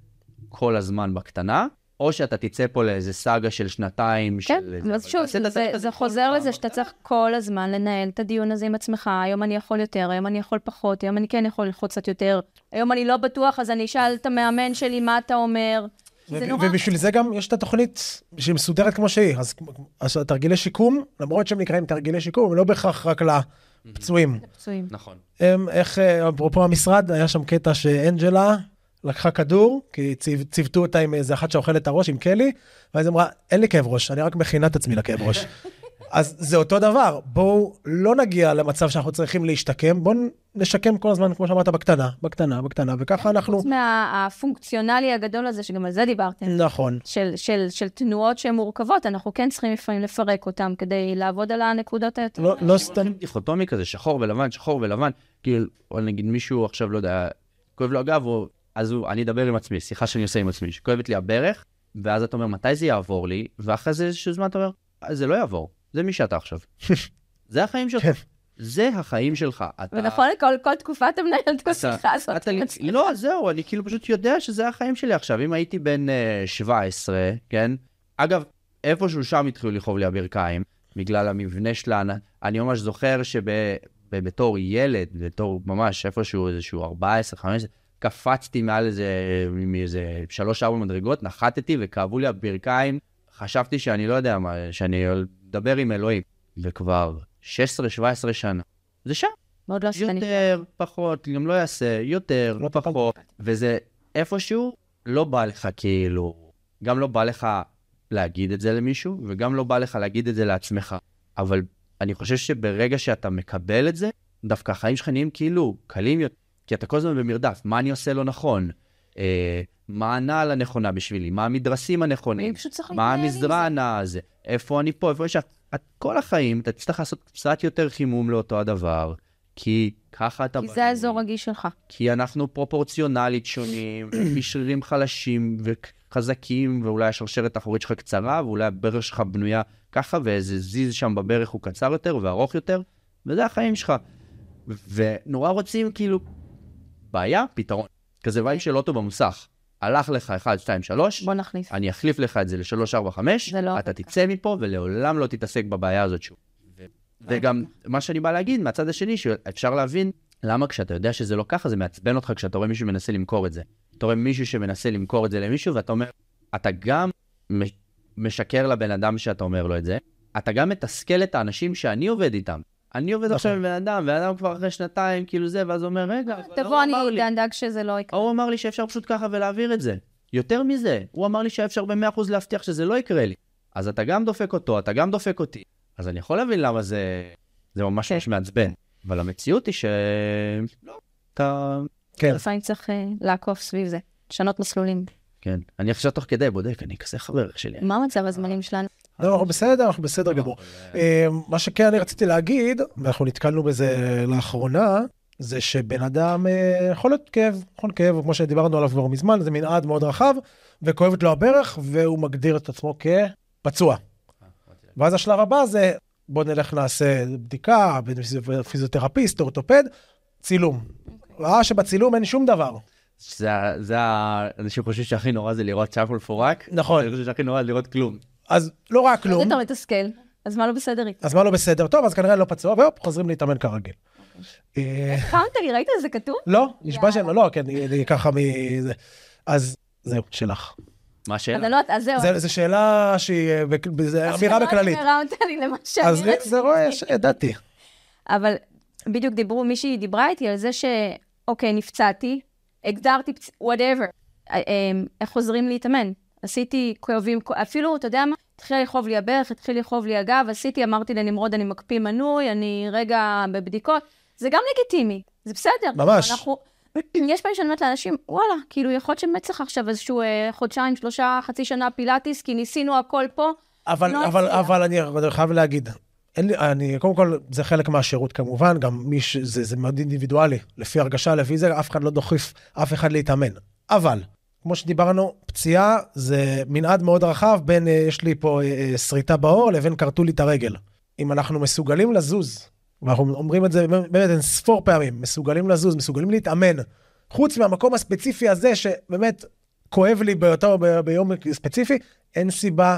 כל הזמן בקטנה, או שאתה תצא פה לאיזה סאגה של שנתיים. כן, אז שוב, זה חוזר לזה שאתה צריך כל הזמן לנהל את הדיון הזה עם עצמך. היום אני יכול יותר, היום אני יכול פחות, היום אני כן יכול ללחוץ קצת יותר. היום אני לא בטוח, אז אני אשאל את המאמן שלי מה אתה אומר. ובשביל זה גם יש את התוכנית שהיא מסודרת כמו שהיא. אז תרגילי שיקום, למרות שהם נקראים תרגילי שיקום, הם לא בהכרח רק לפצועים. נכון. איך, אפרופו המשרד, היה שם קטע שאנג'לה לקחה כדור, כי ציוותו אותה עם איזה אחת שאוכלת את הראש, עם קלי, ואז אמרה, אין לי כאב ראש, אני רק מכינה את עצמי לכאב ראש. אז זה אותו דבר, בואו לא נגיע למצב שאנחנו צריכים להשתקם, בואו נשקם כל הזמן, כמו שאמרת, בקטנה, וככה אנחנו... חוץ מהפונקציונלי הגדול הזה, שגם על זה דיברתם. נכון. של תנועות שהן מורכבות, אנחנו כן צריכים לפעמים לפרק אותם, כדי לעבוד על הנקודות היותר. לא סתם. דיכוטומי כזה, שחור ולבן, כאילו, או נגיד מישהו עכשיו, לא יודע, כואב לו אגב, אז אני אדבר עם עצמי, שיחה שאני עושה עם עצמי, שכואבת לי הברך, ואז אתה אומר, מתי זה יעבור לי? ואחרי זה איזשהו זמן אתה אומר, זה לא יעבור, זה מי שאתה עכשיו. זה החיים שלך. זה החיים שלך. ונכון, כל תקופה אתה מנהל את השיחה הזאת. לא, זהו, אני כאילו פשוט יודע שזה החיים שלי עכשיו. אם הייתי בן 17, כן? אגב, איפשהו שם התחילו לכאוב לי הברכיים, בגלל המבנה שלנו. אני ממש זוכר שבתור ילד, בתור ממש איפשהו איזשהו 14, 15, קפצתי מעל איזה 3-4 מדרגות, נחתתי וכאבו לי הברכיים, חשבתי שאני לא יודע מה, שאני אדבר עם אלוהים, וכבר 16-17 שנה, זה שם. מאוד לא עשתה יותר, פחות, גם לא יעשה, יותר, לא פחות, וזה איפשהו לא בא לך כאילו, גם לא בא לך להגיד את זה למישהו, וגם לא בא לך להגיד את זה לעצמך, אבל אני חושב שברגע שאתה מקבל את זה, דווקא החיים שלך נהיים כאילו קלים יותר, כי אתה כל הזמן במרדף, מה אני עושה לא נכון, מה הנעל הנכונה בשבילי, מה המדרסים הנכונים, מה המזרן הזה, איפה אני פה, איפה יש... כל החיים אתה תצטרך לעשות קצת יותר חימום לאותו הדבר, כי ככה אתה... כי זה האזור רגיש שלך. כי אנחנו פרופורציונלית שונים, שרירים חלשים וחזקים, ואולי השרשרת האחורית שלך קצרה, ואולי הברך שלך בנויה ככה, ואיזה זיז שם בברך הוא קצר יותר וארוך יותר, וזה החיים שלך. ונורא רוצים כאילו... בעיה, פתרון. כזה ויים של אוטו במוסך. הלך לך 1, 2, 3. בוא נחליף. אני אחליף לך את זה ל-3, 4, 5. אתה תצא מפה ולעולם לא תתעסק בבעיה הזאת שוב. וגם מה שאני בא להגיד מהצד השני, שאפשר להבין למה כשאתה יודע שזה לא ככה, זה מעצבן אותך כשאתה רואה מישהו מנסה למכור את זה. אתה רואה מישהו שמנסה למכור את זה למישהו, ואתה אומר, אתה גם משקר לבן אדם שאתה אומר לו את זה, אתה גם מתסכל את האנשים שאני עובד איתם. אני עובד עכשיו עם בן אדם כבר אחרי שנתיים, כאילו זה, ואז הוא אומר, רגע, תבוא, אני דאג שזה לא יקרה. הוא אמר לי שאפשר פשוט ככה ולהעביר את זה. יותר מזה, הוא אמר לי שאפשר ב100% להבטיח שזה לא יקרה לי. אז אתה גם דופק אותו, אתה גם דופק אותי. אז אני יכול להבין למה זה ממש ממש מעצבן. אבל המציאות היא לא, אתה... כן. לפעמים צריך לעקוף סביב זה, לשנות מסלולים. כן, אני עכשיו תוך כדי בודק, אני כזה חבר שלי. מה מצב הזמנים שלנו? לא, אנחנו בסדר גמור. מה שכן אני רציתי להגיד, ואנחנו נתקלנו בזה לאחרונה, זה שבן אדם יכול להיות כאב, כמו שדיברנו עליו כבר מזמן, זה מנעד מאוד רחב, וכואבת לו הברך, והוא מגדיר את עצמו כפצוע. ואז השלב הבא זה, בוא נלך נעשה בדיקה, פיזיותרפיסט, אורתופד, צילום. ראה שבצילום אין שום דבר. זה אנשים חושבים שהכי נורא זה לראות צ'אפל פורק. נכון. אני חושב שהכי נורא זה לראות כלום. אז לא רק כלום. זה יותר מתסכל. אז מה לא בסדר איתה? אז מה לא בסדר? טוב, אז כנראה לא פצוע, והופ, חוזרים להתאמן כרגיל. חמת לי, ראית את זה כתוב? לא, נשבע שאני לא, כן, אני ככה מזה. אז זהו, שלך. מה השאלה? אז זהו. זו שאלה שהיא, זו אמירה בכללית. אז הרמת לי למה שאני אז זה רואה, ידעתי. אבל בדיוק מישהי דיברה איתי על זה שאוקיי, נפצעתי, הגדרתי, whatever, איך חוזרים להתאמן? עשיתי כואבים, אפילו, אתה יודע מה? התחיל לכאוב לי הברך, התחיל לכאוב לי הגב, אמרתי לנמרוד, אני מקפיא מנוי, אני רגע בבדיקות, זה גם לגיטימי, זה בסדר. ממש. יש פעמים שאני אומרת לאנשים, וואלה, כאילו יכול להיות שבאמת צריך עכשיו איזשהו חודשיים, 3, חצי שנה פילאטיס, כי ניסינו הכל פה. אבל אני חייב להגיד, קודם כל, זה חלק מהשירות כמובן, גם זה מאוד אינדיבידואלי, לפי הרגשה, לפי זה, אף אחד לא דוחף אף אחד להתאמן. אבל, כמו שדיברנו, פציעה זה מנעד מאוד רחב, בין יש לי פה שריטה בעור, לבין קרטו לי את הרגל. אם אנחנו מסוגלים לזוז, ואנחנו אומרים את זה באמת אין ספור פעמים, מסוגלים לזוז, מסוגלים להתאמן, חוץ מהמקום הספציפי הזה, שבאמת כואב לי ביום ספציפי, אין סיבה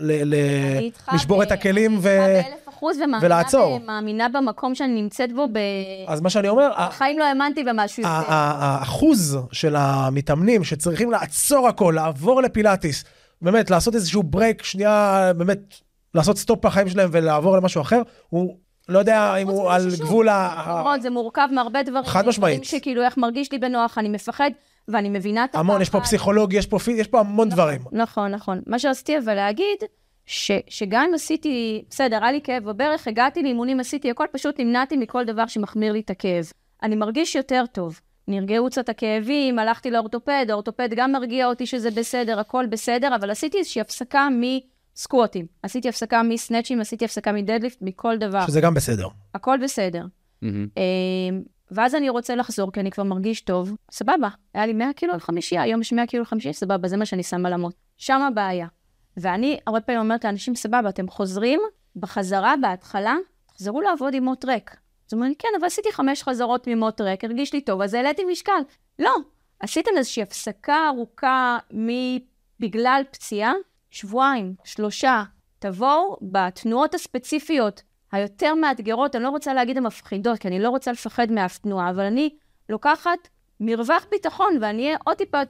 לשבור את הכלים ולעצור. אני מאמינה במקום שאני נמצאת בו. אז מה שאני אומר, בחיים לא האמנתי במשהו יותר. האחוז של המתאמנים שצריכים לעצור הכל, לעבור לפילאטיס, באמת לעשות איזשהו ברייק, שנייה, באמת לעשות סטופ בחיים שלהם ולעבור למשהו אחר, הוא לא יודע אם הוא על גבול זה מורכב מהרבה דברים. חד משמעית. שכאילו איך מרגיש לי בנוח, אני מפחד, ואני מבינה את המון, יש פה פסיכולוגיה, יש פה המון דברים. נכון. מה שרציתי אבל להגיד, שגם אם עשיתי, בסדר, היה לי כאב בברך, הגעתי לאימונים, עשיתי הכל, פשוט נמנעתי מכל דבר שמחמיר לי את הכאב. אני מרגיש יותר טוב. נרגעו קצת הכאבים, הלכתי לאורתופד, האורתופד גם מרגיע אותי שזה בסדר, הכל בסדר, אבל עשיתי איזושהי הפסקה מסקווטים. עשיתי הפסקה מסנאצ'ים, עשיתי הפסקה מדדליפט, מכל דבר. שזה גם בסדר. הכל בסדר. ואז אני רוצה לחזור, כי אני כבר מרגיש טוב. סבבה, היה לי 100 קילו על חמישייה, היום יש 100 קילו על חמישייה, סבבה, זה מה שאני שמה למות. שם הבעיה. ואני הרבה פעמים אומרת לאנשים, סבבה, אתם חוזרים, בחזרה, בהתחלה, תחזרו לעבוד עם מוט ריק. זאת אומרת, כן, אבל עשיתי 5 חזרות ממוט ריק, הרגיש לי טוב, אז העליתי משקל. לא, עשיתם איזושהי הפסקה ארוכה בגלל פציעה, 2, 3, תבואו בתנועות הספציפיות, היותר מאתגרות, אני לא רוצה להגיד המפחידות, כי אני לא רוצה לפחד מאף תנועה, אבל אני לוקחת מרווח ביטחון, ואני אהיה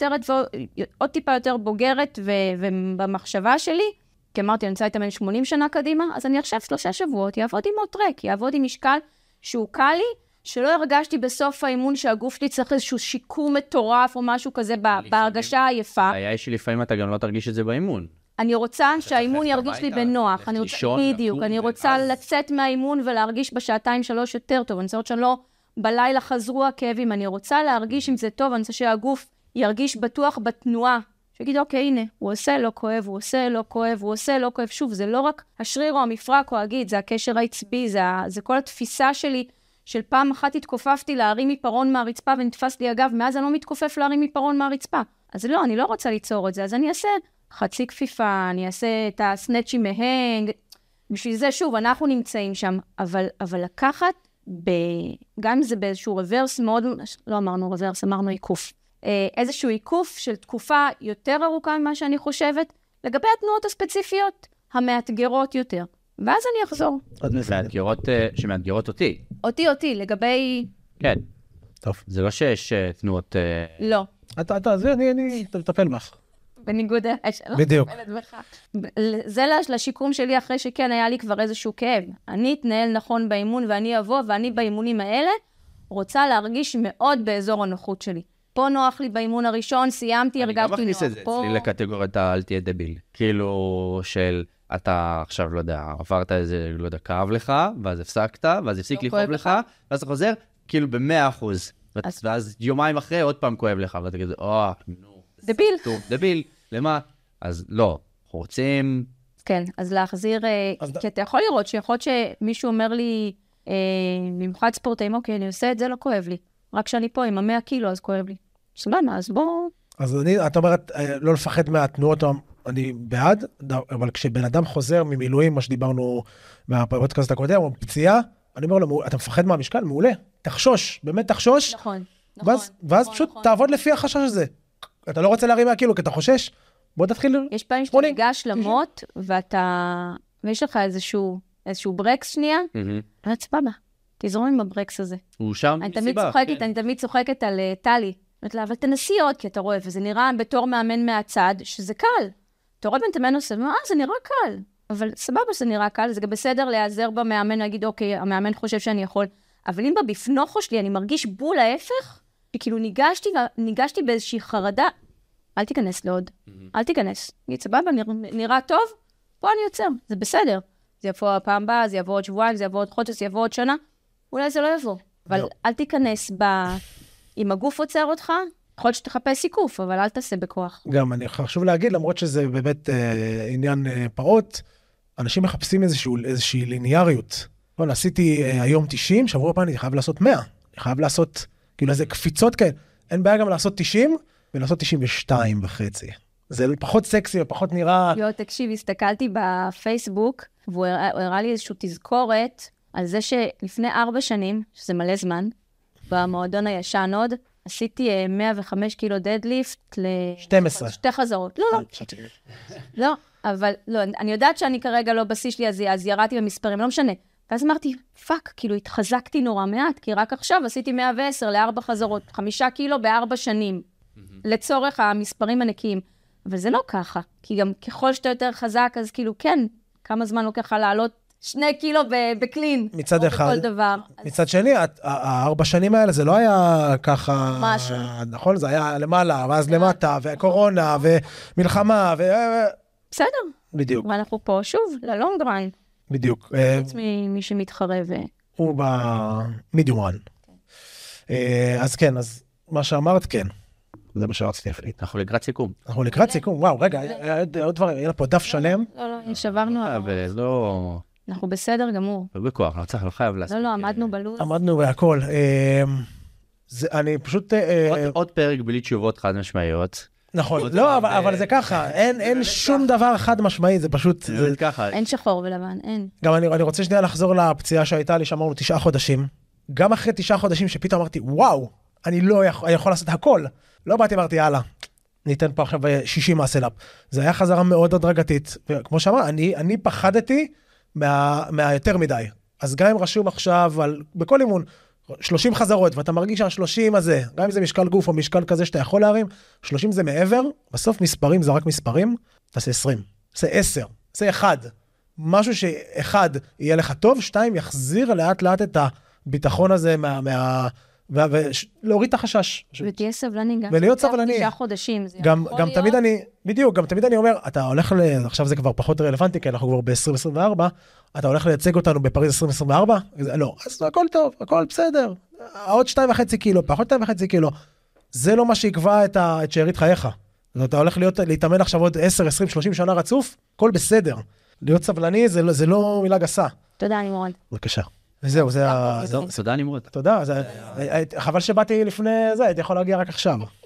עוד טיפה יותר בוגרת ובמחשבה שלי, כי אמרתי, אני רוצה להתאמן 80 שנה קדימה, אז אני עכשיו 3 שבועות, יעבוד עם מוט ריק, יעבוד עם משקל שהוא קל לי, שלא הרגשתי בסוף האימון שהגוף שלי צריך איזשהו שיקום מטורף או משהו כזה בהרגשה היפה. היה שלפעמים אתה גם לא תרגיש את זה באימון. אני רוצה שהאימון ירגיש לי בנוח. בדיוק, אני רוצה לצאת מהאימון ולהרגיש בשעתיים 3 יותר טוב. אני רוצה שלא בלילה חזרו הכאבים. אני רוצה להרגיש אם זה טוב, אני רוצה שהגוף ירגיש בטוח בתנועה. שיגיד, אוקיי, הנה, הוא עושה לא כואב, הוא עושה לא כואב, הוא עושה לא כואב. שוב, זה לא רק השריר או המפרק או הגיד, זה הקשר העצבי, זה כל התפיסה שלי, של פעם אחת התכופפתי להרים מפרון מהרצפה ונתפס לי אגב, מאז אני לא מתכופף להרים מפרון מהרצפה. אז לא, אני לא רוצה ליצור את זה, אז אני אעשה חצי כפיפה, אני אעשה את הסנאצ'ים מהנג, בשביל זה שוב, אנחנו נמצאים שם, אבל לקחת, גם אם זה באיזשהו רוורס מאוד, לא אמרנו רוורס, אמרנו עיקוף, איזשהו עיקוף של תקופה יותר ארוכה ממה שאני חושבת, לגבי התנועות הספציפיות, המאתגרות יותר. ואז אני אחזור. שמאתגרות אותי. אותי, לגבי... כן. טוב. זה לא שיש תנועות... לא. זה אני אטפל בך. בניגוד... בדיוק. זה לשיקום שלי אחרי שכן היה לי כבר איזשהו כאב. אני אתנהל נכון באימון ואני אבוא, ואני באימונים האלה רוצה להרגיש מאוד באזור הנוחות שלי. פה נוח לי באימון הראשון, סיימתי, הרגשתי נוח. אני גם מכניס את זה אצלי לקטגוריית אל תהיה דביל. כאילו של... אתה עכשיו, לא יודע, עברת איזה, לא יודע, כאב לך, ואז הפסקת, ואז הפסיק לכאוב לך, ואז אתה חוזר, כאילו ב100%. ואז יומיים אחרי, עוד פעם כואב לך, ואתה כזה, נו. דביל. דביל, למה? אז לא, אנחנו רוצים... כן, אז להחזיר, כי אתה יכול לראות שיכול להיות שמישהו אומר לי, במיוחד ספורטאים, אוקיי, אני עושה את זה, לא כואב לי. רק שאני פה עם 100 קילו, אז כואב לי. סבבה, אז בואו... אז את אומרת, לא לפחד מהתנועות, אני בעד, אבל כשבן אדם חוזר ממילואים, מה שדיברנו בפודקאסט הקודם, או פציעה, אני אומר לו, אתה מפחד מהמשקל? מעולה. תחשוש, באמת תחשוש. נכון. ואז פשוט תעבוד לפי החשש הזה. אתה לא רוצה להרים מהקילו, כי אתה חושש, בוא תתחיל. יש פעמים שאתה ניגש למות, ויש לך איזשהו ברקס שנייה, סבבה, תזרום עם הברקס הזה. הוא שם מסיבה. אני תמיד צוחקת על טלי. אבל תנסי עוד, כי אתה רואה, וזה נראה בתור מאמן מהצד, שזה קל. אתה רואה בן תאמן עושה, זה נראה קל. אבל סבבה שזה נראה קל, זה גם בסדר להיעזר במאמן, להגיד, אוקיי, המאמן חושב שאני יכול, אבל אם בבפנוכו שלי אני מרגיש בול ההפך, שכאילו ניגשתי באיזושהי חרדה, אל תיכנס לעוד, אל תיכנס. נגיד, סבבה, נראה טוב, פה אני יוצר, זה בסדר. זה יבוא הפעם הבאה, זה יבוא עוד שבועיים, זה יבוא עוד חודש, זה יבוא עוד שנה, אולי זה לא יבוא. אבל אל תיכנס אם הגוף עוצר אותך, יכול להיות שתחפש סיכוף, אבל אל תעשה בכוח. גם אני חשוב להגיד, למרות שזה באמת עניין פעוט, אנשים מחפשים איזושהי ליניאריות. עשיתי היום 90, שבוע פעם אני חייב לעשות 100. אני חייב לעשות, כאילו איזה קפיצות כאלה. אין בעיה גם לעשות 90, ולעשות 92 וחצי. זה פחות סקסי ופחות נראה... תקשיב, הסתכלתי בפייסבוק, והוא הראה לי איזושהי תזכורת, על זה שלפני 4 שנים, שזה מלא זמן, במועדון הישן עוד, עשיתי 105 קילו דדליפט 12. 2 חזרות. לא, אבל לא, אני יודעת שאני כרגע לא בשיא שלי, אז ירדתי במספרים, לא משנה. ואז אמרתי, פאק, כאילו התחזקתי נורא מעט, כי רק עכשיו עשיתי 110 ל4 חזרות, 5 קילו ב4 שנים, לצורך המספרים הנקיים. אבל זה לא ככה, כי גם ככל שאתה יותר חזק, אז כאילו כן, כמה זמן לוקח לעלות 2 קילו בקלין. מצד אחד. בכל דבר. מצד שני, 4 שנים האלה זה לא היה ככה... משהו. נכון, זה היה למעלה, ואז למטה, וקורונה, ומלחמה, בסדר. בדיוק. ואנחנו פה שוב, ללונג ריין. בדיוק. חוץ ממי שמתחרה הוא במדיום רן. אז כן, אז מה שאמרת, כן. זה מה שרציתי להפליט. אנחנו לקראת סיכום. אנחנו לקראת סיכום, וואו, רגע, עוד דברים, יהיה לה פה דף שלם. לא, שברנו. ולא... אנחנו בסדר גמור. לא בכוח, לא חייב לעשות. לא, עמדנו בלוז. עמדנו בהכל. אני פשוט... עוד פרק בלי תשובות חד משמעיות. נכון, לא, אבל זה ככה, אין שום דבר חד משמעי, זה פשוט... זה ככה. אין שחור ולבן, אין. גם אני רוצה שנייה לחזור לפציעה שהייתה לי, שאמרנו 9 חודשים. גם אחרי 9 חודשים שפתאום אמרתי, וואו, אני לא יכול לעשות הכל. לא באתי, אמרתי, יאללה, ניתן פה עכשיו 60 מעשה-לאפ. זה היה חזרה מאוד הדרגתית, וכמו שאמר, אני פחדתי מהיותר מדי. אז גם אם רשום עכשיו בכל אימון, 30 חזרות, ואתה מרגיש שה-30 הזה, גם אם זה משקל גוף או משקל כזה שאתה יכול להרים, 30 זה מעבר, בסוף מספרים זה רק מספרים, תעשה 20, תעשה 10, תעשה 1. משהו שאחד יהיה לך טוב, 2 יחזיר לאט לאט את הביטחון הזה ולהוריד את החשש. ותהיה סבלני גם. ולהיות סבלני. 9 חודשים. גם תמיד גם תמיד אני אומר, אתה הולך עכשיו זה כבר פחות רלוונטי, כי אנחנו כבר ב-2024, אתה הולך לייצג אותנו בפריז 2024? לא, אז הכל טוב, הכל בסדר. עוד 2.5 קילו, פחות 2.5 קילו. זה לא מה שיקבע את שארית חייך. אתה הולך להתאמן עכשיו עוד 10, 20, 30 שנה רצוף, הכל בסדר. להיות סבלני זה לא מילה גסה. תודה, נמרוד. בבקשה. וזהו, זה... תודה, נמרוד. תודה, חבל שבאתי לפני זה, הייתי יכול להגיע רק עכשיו.